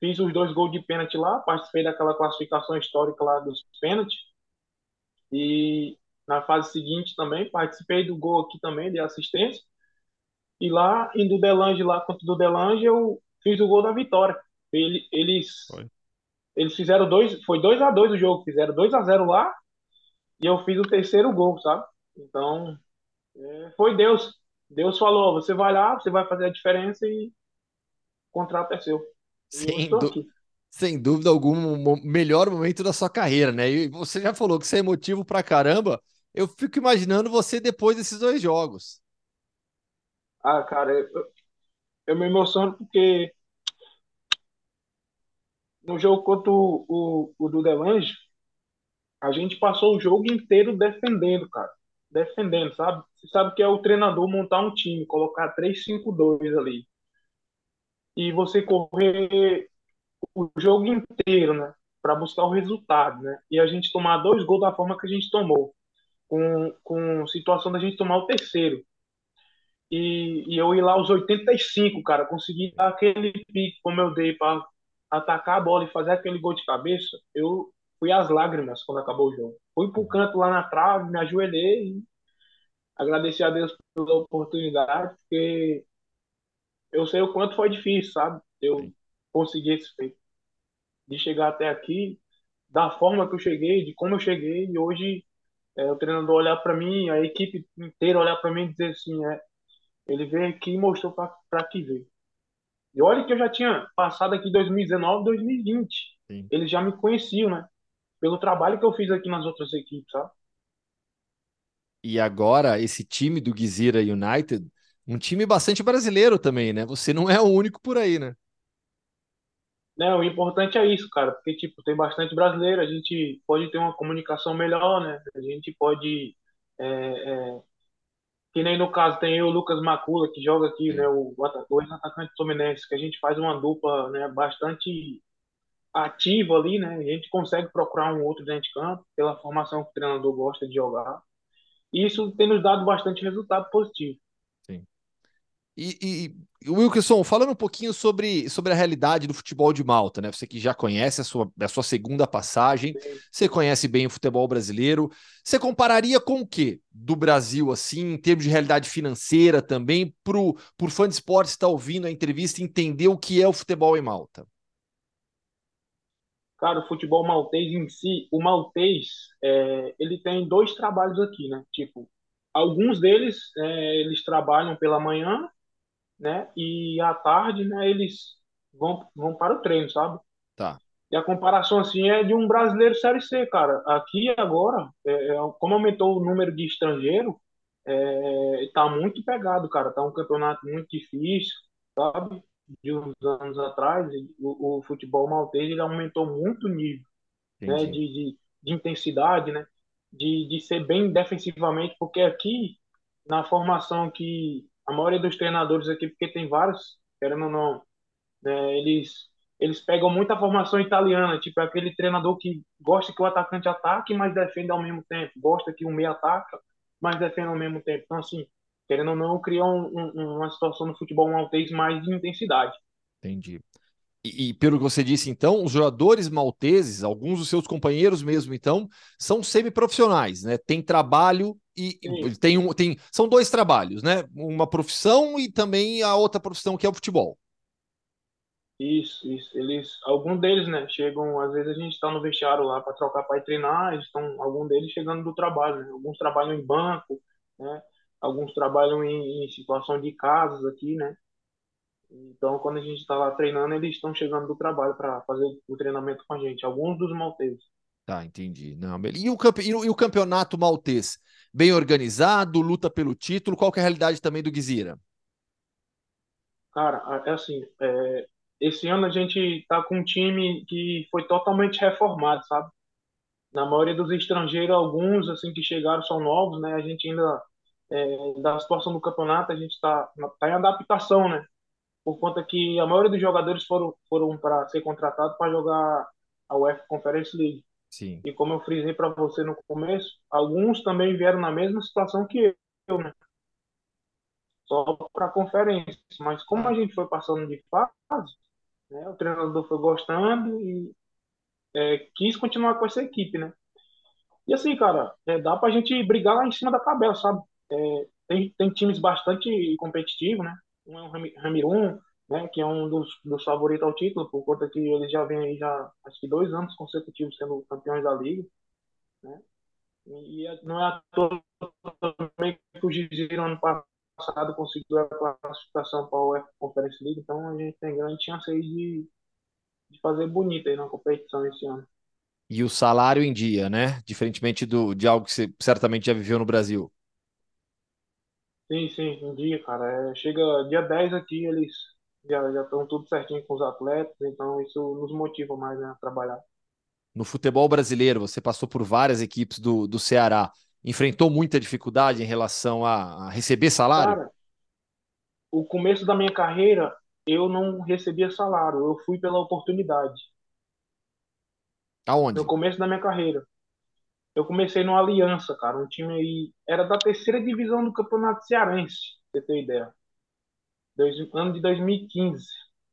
fiz os 2 gols de pênalti lá, participei daquela classificação histórica lá dos pênaltis. E na fase seguinte também participei do gol aqui também, de assistência. E lá em Dudelange, lá contra o Dudelange, eu fiz o gol da vitória. Eles, Foi. eles fizeram foi 2-2 o jogo, fizeram 2-0 lá e eu fiz o terceiro gol, sabe? Então, foi Deus. Deus falou, você vai lá, você vai fazer a diferença e o contrato é seu. E eu Sem, estou dú- aqui. sem dúvida alguma, o melhor momento da sua carreira, né? E você já falou que você é emotivo pra caramba. Eu fico imaginando você depois desses 2 jogos. Ah, cara, eu me emociono porque no jogo contra o Dudelange, a gente passou o jogo inteiro defendendo, cara. Defendendo, sabe? Você sabe que é o treinador montar um time, colocar 3-5-2 ali. E você correr o jogo inteiro, né? Para buscar o resultado, né? E a gente tomar 2 gols da forma que a gente tomou. Com situação da gente tomar o terceiro. E eu ir lá aos 85, cara, conseguir dar aquele pique como eu dei para atacar a bola e fazer aquele gol de cabeça. Eu fui às lágrimas quando acabou o jogo. Fui pro canto lá na trave, me ajoelhei e agradeci a Deus pela oportunidade, porque eu sei o quanto foi difícil, sabe? Eu Sim. consegui esse feito. De chegar até aqui, da forma que eu cheguei, de como eu cheguei, e hoje o treinador olhar para mim, a equipe inteira olhar para mim e dizer assim, ele veio aqui e mostrou para que veio. E olha que eu já tinha passado aqui 2019, 2020. Sim. Eles já me conheciam, né? Pelo trabalho que eu fiz aqui nas outras equipes, sabe? E agora, esse time do Gizira United, um time bastante brasileiro também, né? Você não é o único por aí, né? Né, o importante é isso, cara, porque, tipo, tem bastante brasileiro, a gente pode ter uma comunicação melhor, né? A gente pode, é, é, que nem no caso tem eu, o Lucas Macula, que joga aqui, né? Sim. O ex-atacante do Fluminense, que a gente faz uma dupla, né? Bastante ativa ali, né? A gente consegue procurar um outro dentro de campo, pela formação que o treinador gosta de jogar. E isso tem nos dado bastante resultado positivo. Sim. Wilkerson, falando um pouquinho sobre a realidade do futebol de Malta, né? Você que já conhece a sua segunda passagem, você conhece bem o futebol brasileiro. Você compararia com o quê do Brasil, assim, em termos de realidade financeira também, por fã de esporte estar ouvindo a entrevista e entender o que é o futebol em Malta? Cara, o futebol maltês em si, o maltês, ele tem 2 trabalhos aqui, né? Tipo, alguns deles, eles trabalham pela manhã, né? E à tarde, né? Eles vão para o treino, sabe? Tá. E a comparação, assim, é de um brasileiro Série C, cara. Aqui agora, como aumentou o número de estrangeiro, tá muito pegado, cara. Tá um campeonato muito difícil, sabe? De uns anos atrás, o futebol maltês ele aumentou muito o nível, né, Entendi. de intensidade, né, de ser bem defensivamente, porque aqui, na formação que a maioria dos treinadores aqui, porque tem vários, querendo ou não, né, eles pegam muita formação italiana, tipo aquele treinador que gosta que o atacante ataque, mas defende ao mesmo tempo, gosta que o meio ataca, mas defende ao mesmo tempo. Então, assim, querendo ou não, cria uma situação no futebol maltês mais de intensidade. Entendi. E pelo que você disse, então, os jogadores malteses, alguns dos seus companheiros mesmo, então, são semiprofissionais, né? Tem trabalho e Sim. são 2 trabalhos, né? Uma profissão e também a outra profissão que é o futebol. Isso, isso. Algum deles, né, chegam, às vezes a gente está no vestiário lá para trocar para ir treinar, algum deles chegando do trabalho, né? Alguns trabalham em banco, né? Alguns trabalham em situação de casas aqui, né? Então, quando a gente está lá treinando, eles estão chegando do trabalho para fazer o treinamento com a gente. Alguns dos malteses. Tá, entendi. Não, e o campeonato maltês? Bem organizado, luta pelo título, qual que é a realidade também do Gizira? Cara, é assim, esse ano a gente está com um time que foi totalmente reformado, sabe? Na maioria dos estrangeiros, alguns assim que chegaram são novos, né? A gente ainda da situação do campeonato, a gente tá em adaptação, né? Por conta que a maioria dos jogadores foram para ser contratados para jogar a UEFA Conference League. Sim, E como eu frisei para você no começo, alguns também vieram na mesma situação que eu, né? Só para a conferência. Mas como tá. a gente foi passando de fase, né? O treinador foi gostando e quis continuar com essa equipe, né? E assim, cara, dá pra gente brigar lá em cima da tabela, sabe? Tem times bastante competitivos, né? Um é o Ramirum, né? Que é um dos favoritos ao título, por conta que eles já vêm aí já, acho que 2 anos consecutivos sendo campeões da liga, né? Não é à toa também que o Giro ano passado conseguiu a classificação para a UEFA Conference League, então a gente tem grande chance aí de fazer bonito aí na competição esse ano. E o salário em dia, né? Diferentemente de algo que você certamente já viveu no Brasil. Sim, sim, um dia, cara. Chega dia 10 aqui, eles já estão tudo certinho com os atletas, então isso nos motiva mais, né, a trabalhar. No futebol brasileiro, você passou por várias equipes do Ceará. Enfrentou muita dificuldade em relação a receber salário? Cara, o começo da minha carreira, eu não recebia salário, eu fui pela oportunidade. No Aonde? começo da minha carreira. Eu comecei no Aliança, cara, um time aí, era da terceira divisão do Campeonato Cearense, pra você ter ideia. Ano de 2015.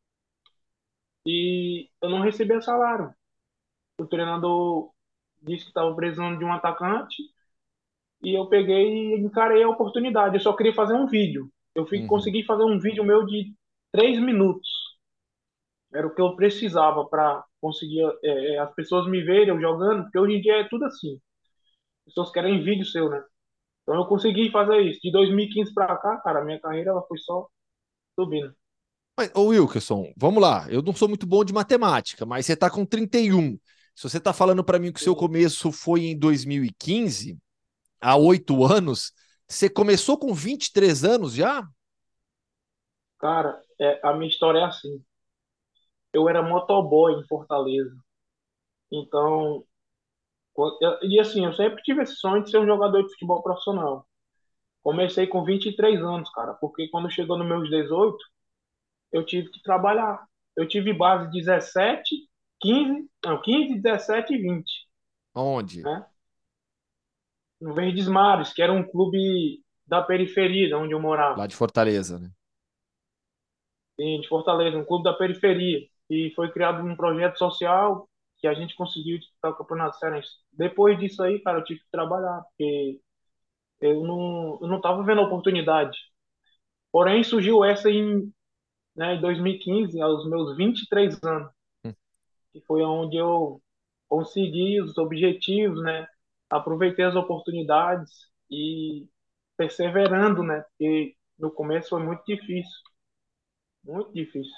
E eu não recebia salário. O treinador disse que estava precisando de um atacante e eu peguei e encarei a oportunidade. Eu só queria fazer um vídeo. Uhum. Consegui fazer um vídeo meu de 3 minutos. Era o que eu precisava para conseguir as pessoas me verem eu jogando, porque hoje em dia é tudo assim. As pessoas querem vídeo seu, né? Então eu consegui fazer isso. De 2015 para cá, cara, minha carreira ela foi só subindo. Mas, ô Wilkerson, vamos lá. Eu não sou muito bom de matemática, mas você está com 31. Se você está falando para mim que o seu E, começo foi em 2015, há 8 anos, você começou com 23 anos já? cara, a minha história é assim. Eu era motoboy em Fortaleza. Então, e assim, eu sempre tive esse sonho de ser um jogador de futebol profissional. Comecei com 23 anos, cara, porque quando chegou nos meus 18, eu tive que trabalhar. Eu tive base 17, 15, não, 15, 17 e 20, Onde? né? No Verdes Mares, que era um clube da periferia, de onde eu morava. Lá de Fortaleza, né? Sim, de Fortaleza, um clube da periferia. E foi criado um projeto social que a gente conseguiu disputar o Campeonato Cearense. Depois disso aí, cara, eu tive que trabalhar, porque eu não tava vendo a oportunidade. Porém, surgiu essa em 2015, aos meus 23 anos, Hum. que foi onde eu consegui os objetivos, né? Aproveitei as oportunidades e perseverando, né? Porque no começo foi muito difícil, muito difícil.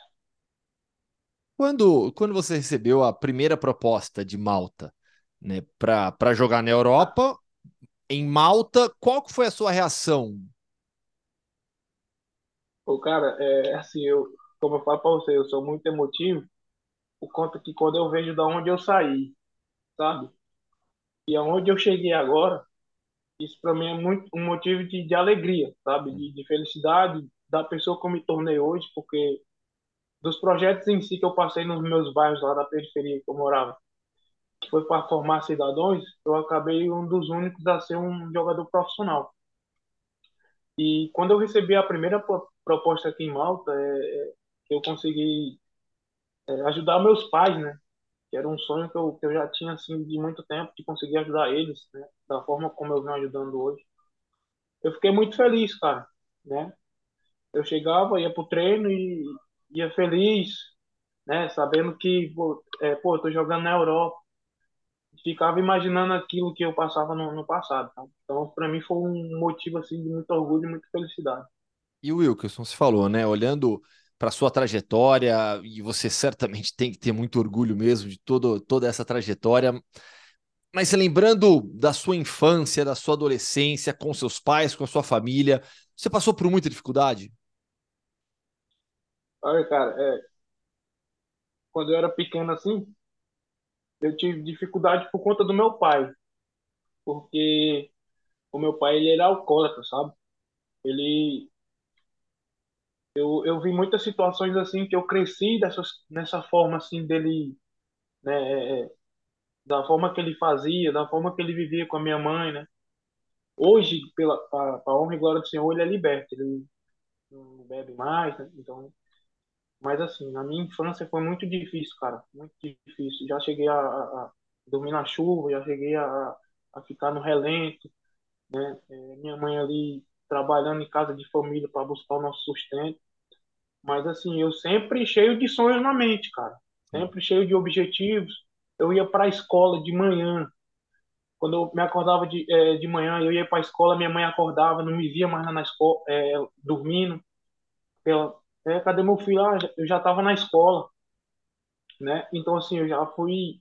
Quando você recebeu a primeira proposta de Malta, né, para jogar na Ah, Europa, em Malta, qual que foi a sua reação? o cara, assim, como eu falo para você, eu sou muito emotivo, por conta que quando eu vejo da onde eu saí, sabe? E aonde eu cheguei agora, isso para mim é muito um motivo de alegria, sabe? De felicidade da pessoa que eu me tornei hoje, porque dos projetos em si que eu passei nos meus bairros lá da periferia que eu morava, que foi para formar cidadãos, eu acabei um dos únicos a ser um jogador profissional. E quando eu recebi a primeira proposta aqui em Malta, eu consegui ajudar meus pais, né? Que era um sonho que eu já tinha assim de muito tempo de conseguir ajudar eles, né? Da forma como eu venho ajudando hoje. Eu fiquei muito feliz, cara, né? Eu chegava, ia pro treino e ia feliz, né? Sabendo que, pô, eu tô jogando na Europa. Ficava imaginando aquilo que eu passava no passado, tá? Então, para mim foi um motivo assim de muito orgulho e muita felicidade. E o Wilkerson, se falou, né? Olhando para sua trajetória, e você certamente tem que ter muito orgulho mesmo de toda essa trajetória, mas lembrando da sua infância, da sua adolescência, com seus pais, com a sua família, você passou por muita dificuldade? Olha, cara, quando eu era pequeno assim, eu tive dificuldade por conta do meu pai, porque o meu pai ele era alcoólatra, sabe? Ele eu vi muitas situações assim que eu cresci nessa forma assim dele, né, da forma que ele fazia, da forma que ele vivia com a minha mãe, né? Hoje, pela a honra e glória do Senhor, ele é liberto, ele não bebe mais, né? Então, Mas assim, na minha infância foi muito difícil, cara, muito difícil. Já cheguei a dormir na chuva, já cheguei a ficar no relento, né? Minha mãe ali trabalhando em casa de família para buscar o nosso sustento. Mas assim, eu sempre cheio de sonhos na mente, cara. Sempre cheio de objetivos. Eu ia para a escola de manhã. Quando eu me acordava de manhã, eu ia para a escola, minha mãe acordava, não me via mais na escola, dormindo. Ela, cadê meu filho? Ah, eu já estava na escola, né? Então assim, eu já fui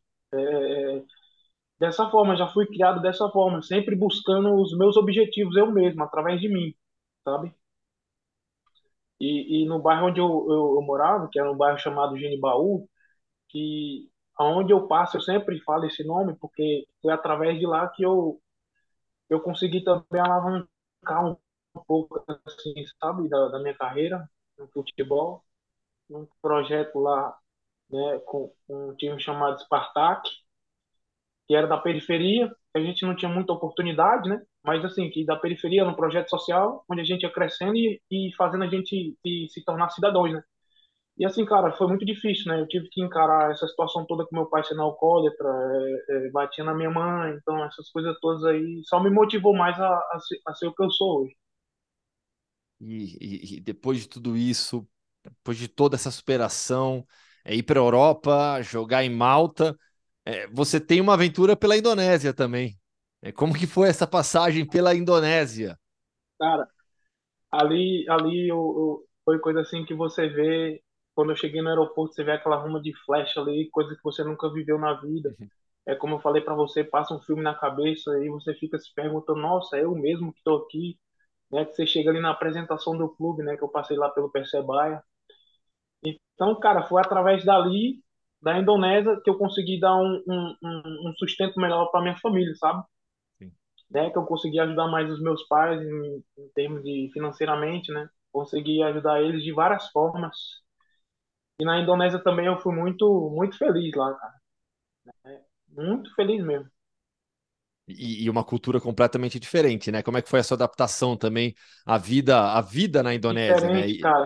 dessa forma, já fui criado dessa forma, sempre buscando os meus objetivos eu mesmo, através de mim, sabe? E no bairro onde eu morava, que era um bairro chamado Genibaú, que aonde eu passo eu sempre falo esse nome, porque foi através de lá que eu consegui também alavancar um pouco, assim, sabe, da minha carreira no futebol, um projeto lá, né, com um time chamado Spartak, que era da periferia, a gente não tinha muita oportunidade, né? Mas assim, que da periferia, num projeto social, onde a gente ia crescendo e fazendo a gente se tornar cidadãos, né? E assim, cara, foi muito difícil, né? Eu tive que encarar essa situação toda com meu pai sendo alcoólatra, batia na minha mãe, então essas coisas todas aí só me motivou mais a ser o que eu sou hoje. E depois de tudo isso, depois de toda essa superação, ir para a Europa, jogar em Malta, você tem uma aventura pela Indonésia também. Como que foi essa passagem pela Indonésia? Cara, ali foi coisa assim que você vê, quando eu cheguei no aeroporto, você vê aquela ruma de flecha ali, coisa que você nunca viveu na vida. É como eu falei para você, passa um filme na cabeça e você fica se perguntando, nossa, é eu mesmo que estou aqui, né? Que você chega ali na apresentação do clube, né? Que eu passei lá pelo Percebaia. Então, cara, foi através dali, da Indonésia, que eu consegui dar um sustento melhor para minha família, sabe? Sim. Né? Que eu consegui ajudar mais os meus pais em termos de financeiramente, né? Consegui ajudar eles de várias formas. E na Indonésia também eu fui muito feliz lá, cara. Muito feliz mesmo. E uma cultura completamente diferente, né? Como é que foi a sua adaptação também à vida na Indonésia, né? Diferente, cara.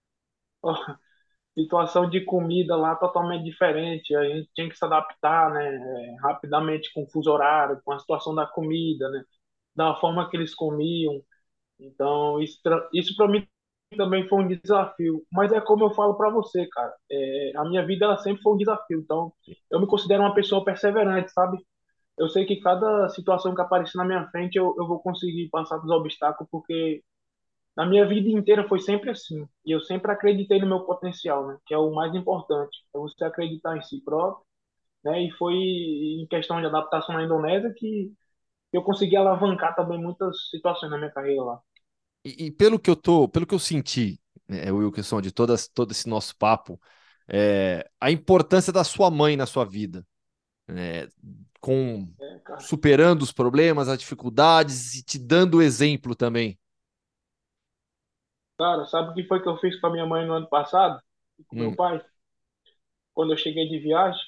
Situação de comida lá totalmente diferente. A gente tinha que se adaptar, né, rapidamente com o fuso horário, com a situação da comida, né, da forma que eles comiam. Então, isso para mim também foi um desafio. Mas é como eu falo para você, cara. A minha vida ela sempre foi um desafio. Então, eu me considero uma pessoa perseverante, sabe? Eu sei que cada situação que aparecer na minha frente eu vou conseguir passar dos obstáculos, porque na minha vida inteira foi sempre assim. E eu sempre acreditei no meu potencial, né? Que é o mais importante. É você acreditar em si próprio, né? E foi em questão de adaptação na Indonésia que eu consegui alavancar também muitas situações na minha carreira lá. E pelo que eu senti, né, Wilkerson, de todo esse nosso papo, a importância da sua mãe na sua vida, né, com Cara. superando os problemas, as dificuldades e te dando exemplo também. Cara, sabe o que foi que eu fiz com a minha mãe no ano passado? E com meu Hum. pai? Quando eu cheguei de viagem,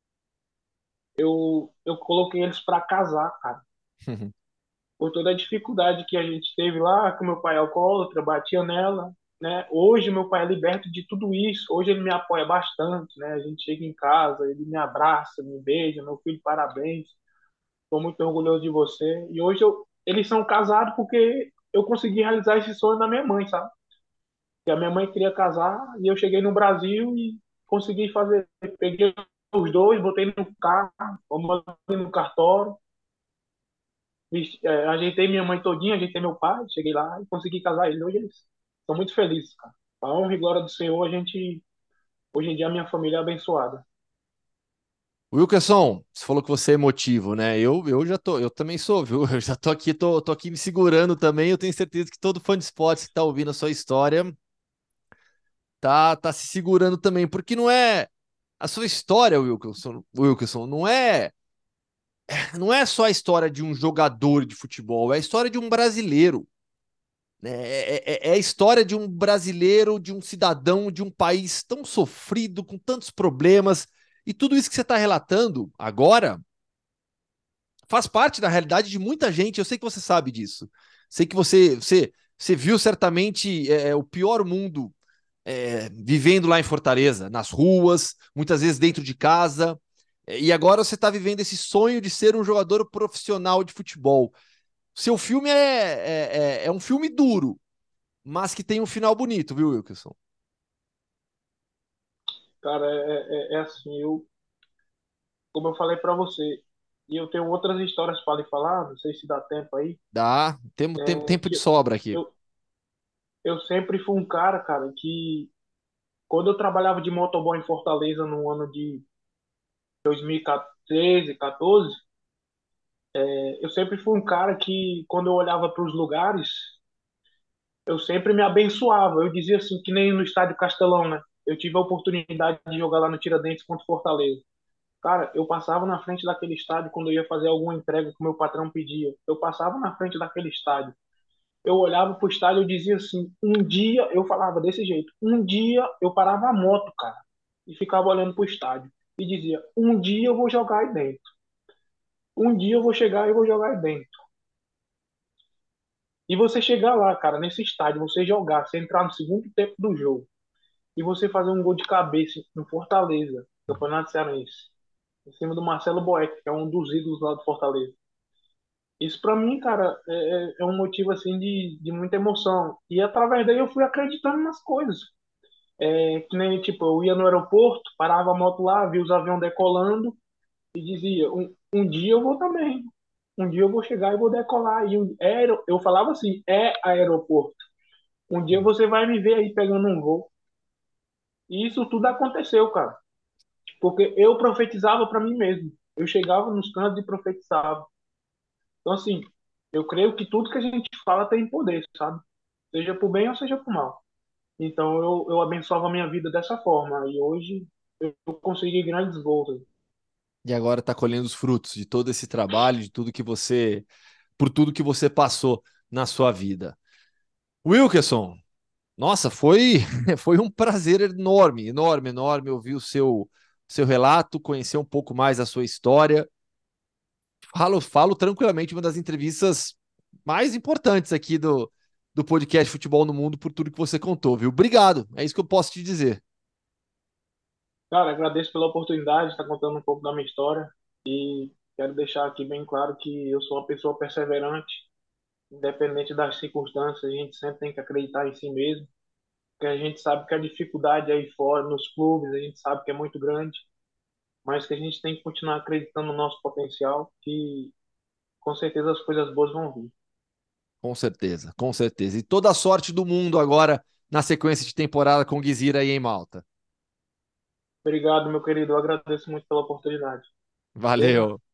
eu coloquei eles para casar, cara. Por toda a dificuldade que a gente teve lá, que meu pai é alcoólatra, batia nela, né? Hoje meu pai é liberto de tudo isso. Hoje ele me apoia bastante, né? A gente chega em casa, ele me abraça, me beija, meu filho, parabéns. Estou muito orgulhoso de você. E hoje eles são casados porque eu consegui realizar esse sonho da minha mãe, sabe? Que a minha mãe queria casar e eu cheguei no Brasil e consegui fazer. Peguei os dois, botei no carro, fomos no cartório, ajeitei minha mãe todinha, ajeitei meu pai, cheguei lá e consegui casar eles. Hoje eles estão muito felizes, cara. A honra e glória do Senhor, hoje em dia a minha família é abençoada. Wilkerson, você falou que você é emotivo, né? Eu também sou, viu? Eu já tô aqui me segurando também. Eu tenho certeza que todo fã de esportes que tá ouvindo a sua história tá se segurando também, porque não é a sua história, Wilkerson, não é só a história de um jogador de futebol, é a história de um brasileiro, né? É a história de um brasileiro, de um cidadão de um país tão sofrido, com tantos problemas, e tudo isso que você está relatando agora faz parte da realidade de muita gente. Eu sei que você sabe disso. Sei que você viu certamente o pior mundo vivendo lá em Fortaleza, nas ruas, muitas vezes dentro de casa, e agora você está vivendo esse sonho de ser um jogador profissional de futebol. Seu filme é um filme duro, mas que tem um final bonito, viu, Wilkerson? Cara, é assim, como eu falei pra você, e eu tenho outras histórias para lhe falar, não sei se dá tempo aí, Dá, temos tempo de que sobra aqui. eu, eu sempre fui um cara, que quando eu trabalhava de motoboy em Fortaleza no ano de 2013, 14, eu sempre fui um cara que, quando eu olhava para os lugares, eu sempre me abençoava. Eu dizia assim, que nem no estádio Castelão, né? Eu tive a oportunidade de jogar lá no Tiradentes contra o Fortaleza. Cara, eu passava na frente daquele estádio quando eu ia fazer alguma entrega que o meu patrão pedia. Eu passava na frente daquele estádio. Eu olhava pro estádio e dizia assim, um dia, eu falava desse jeito, um dia eu parava a moto, cara, e ficava olhando pro estádio. E dizia, um dia eu vou jogar aí dentro. Um dia eu vou chegar e vou jogar aí dentro. E você chegar lá, cara, nesse estádio, você jogar, você entrar no segundo tempo do jogo e você fazer um gol de cabeça no Fortaleza, Campeonato Cearense, em cima do Marcelo Boeck, que é um dos ídolos lá do Fortaleza. Isso pra mim, cara, é um motivo assim de muita emoção. E através daí eu fui acreditando nas coisas. Que nem, tipo, eu ia no aeroporto, parava a moto lá, via os aviões decolando e dizia, um dia eu vou também. Um dia eu vou chegar e vou decolar. Eu falava assim, é aeroporto. Um dia você vai me ver aí pegando um voo. E isso tudo aconteceu, cara. Porque eu profetizava para mim mesmo. Eu chegava nos cantos e profetizava. Então, assim, eu creio que tudo que a gente fala tem poder, sabe? Seja por bem ou seja por mal. Então, eu abençoava a minha vida dessa forma. E hoje eu consegui grandes gols. E agora está colhendo os frutos de todo esse trabalho, de tudo que você, por tudo que você passou na sua vida. Wilkerson, nossa, foi um prazer enorme, enorme, enorme ouvir o seu relato, conhecer um pouco mais a sua história. Falo tranquilamente uma das entrevistas mais importantes aqui do podcast Futebol no Mundo por tudo que você contou, viu? Obrigado, é isso que eu posso te dizer. Cara, agradeço pela oportunidade de estar contando um pouco da minha história. E quero deixar aqui bem claro que eu sou uma pessoa perseverante, independente das circunstâncias. A gente sempre tem que acreditar em si mesmo. Porque a gente sabe que a dificuldade aí fora, nos clubes, a gente sabe que é muito grande, mas que a gente tem que continuar acreditando no nosso potencial, que com certeza as coisas boas vão vir. Com certeza, com certeza. E toda a sorte do mundo agora na sequência de temporada com o Guizira aí em Malta. Obrigado, meu querido. Eu agradeço muito pela oportunidade. Beleza? Valeu.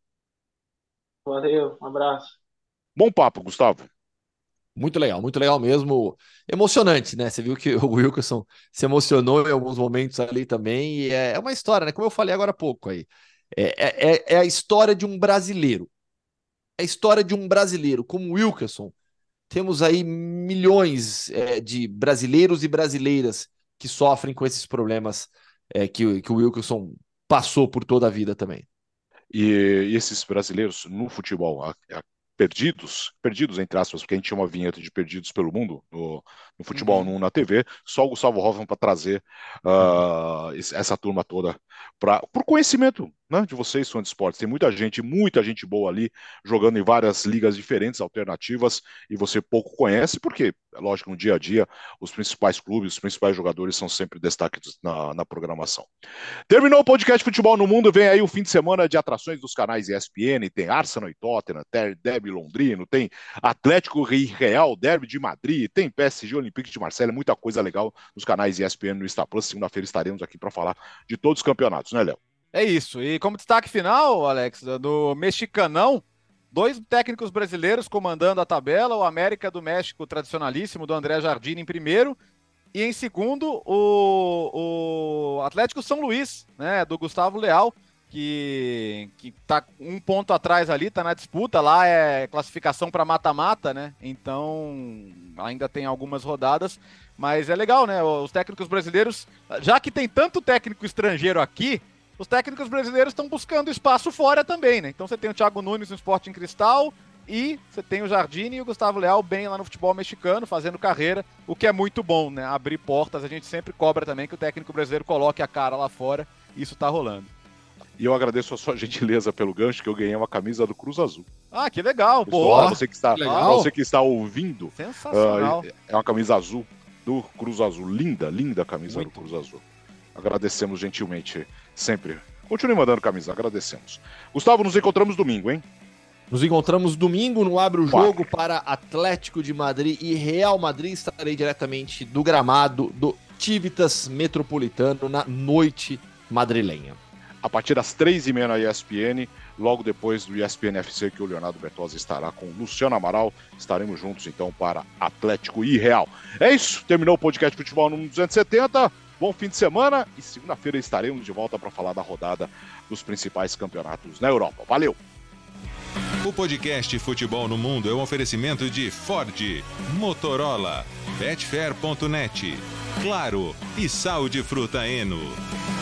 Valeu, um abraço. Bom papo, Gustavo. Muito legal mesmo. Emocionante, né? Você viu que o Wilkerson se emocionou em alguns momentos ali também. E é uma história, né? Como eu falei agora há pouco aí. É a história de um brasileiro. É a história de um brasileiro. Como o Wilkerson, temos aí milhões de brasileiros e brasileiras que sofrem com esses problemas que o Wilkerson passou por toda a vida também. E esses brasileiros no futebol, perdidos entre aspas, porque a gente tinha uma vinheta de perdidos pelo mundo no futebol, Uhum. na TV, só o Gustavo Hoffmann para trazer essa turma toda por conhecimento, né, de vocês, fãs de esportes. Tem muita gente boa ali, jogando em várias ligas diferentes, alternativas, e você pouco conhece, porque, é lógico, no dia a dia, os principais clubes, os principais jogadores são sempre destaques na programação. Terminou o podcast Futebol no Mundo, vem aí o fim de semana de atrações dos canais ESPN, tem Arsenal e Tottenham, tem Derby Londrino, tem Atlético e Real, Derby de Madrid, tem PSG Olympique de Marselha, muita coisa legal nos canais ESPN no Star Plus. Segunda-feira estaremos aqui para falar de todos os campeonatos, né, Léo? É isso. E como destaque final, Alex, do Mexicanão, dois técnicos brasileiros comandando a tabela, o América do México tradicionalíssimo, do André Jardine em primeiro, e em segundo, o Atlético São Luís, né, do Gustavo Leal, que tá um ponto atrás ali, tá na disputa, lá é classificação para mata-mata, né, então ainda tem algumas rodadas, mas é legal, né, os técnicos brasileiros, já que tem tanto técnico estrangeiro aqui, os técnicos brasileiros estão buscando espaço fora também, né, então você tem o Thiago Nunes no Sporting Cristal, E você tem o Jardine e o Gustavo Leal bem lá no futebol mexicano, fazendo carreira, o que é muito bom, né? Abrir portas, a gente sempre cobra também que o técnico brasileiro coloque a cara lá fora, e isso tá rolando. E eu agradeço a sua gentileza pelo gancho, que eu ganhei uma camisa do Cruz Azul. Ah, que legal, Pessoal, pô. você que está ouvindo, Sensacional. é uma camisa azul do Cruz Azul. Linda, linda camisa do Cruz Azul. Agradecemos gentilmente sempre. Continue mandando camisa, agradecemos. Gustavo, nos encontramos domingo, hein? Nos encontramos domingo no Abre o Jogo para Atlético de Madrid e Real Madrid. Estarei diretamente do gramado do Civitas Metropolitano na noite madrilenha. A partir das 3h30 na ESPN, logo depois do ESPN FC, que o Leonardo Bertozzi estará com o Luciano Amaral. Estaremos juntos, então, para Atlético e Real. É isso, terminou o podcast Futebol número 270. Bom fim de semana e segunda-feira estaremos de volta para falar da rodada dos principais campeonatos na Europa. Valeu! O podcast Futebol no Mundo é um oferecimento de Ford, Motorola, Betfair.net, Claro e Sal de Fruta Eno.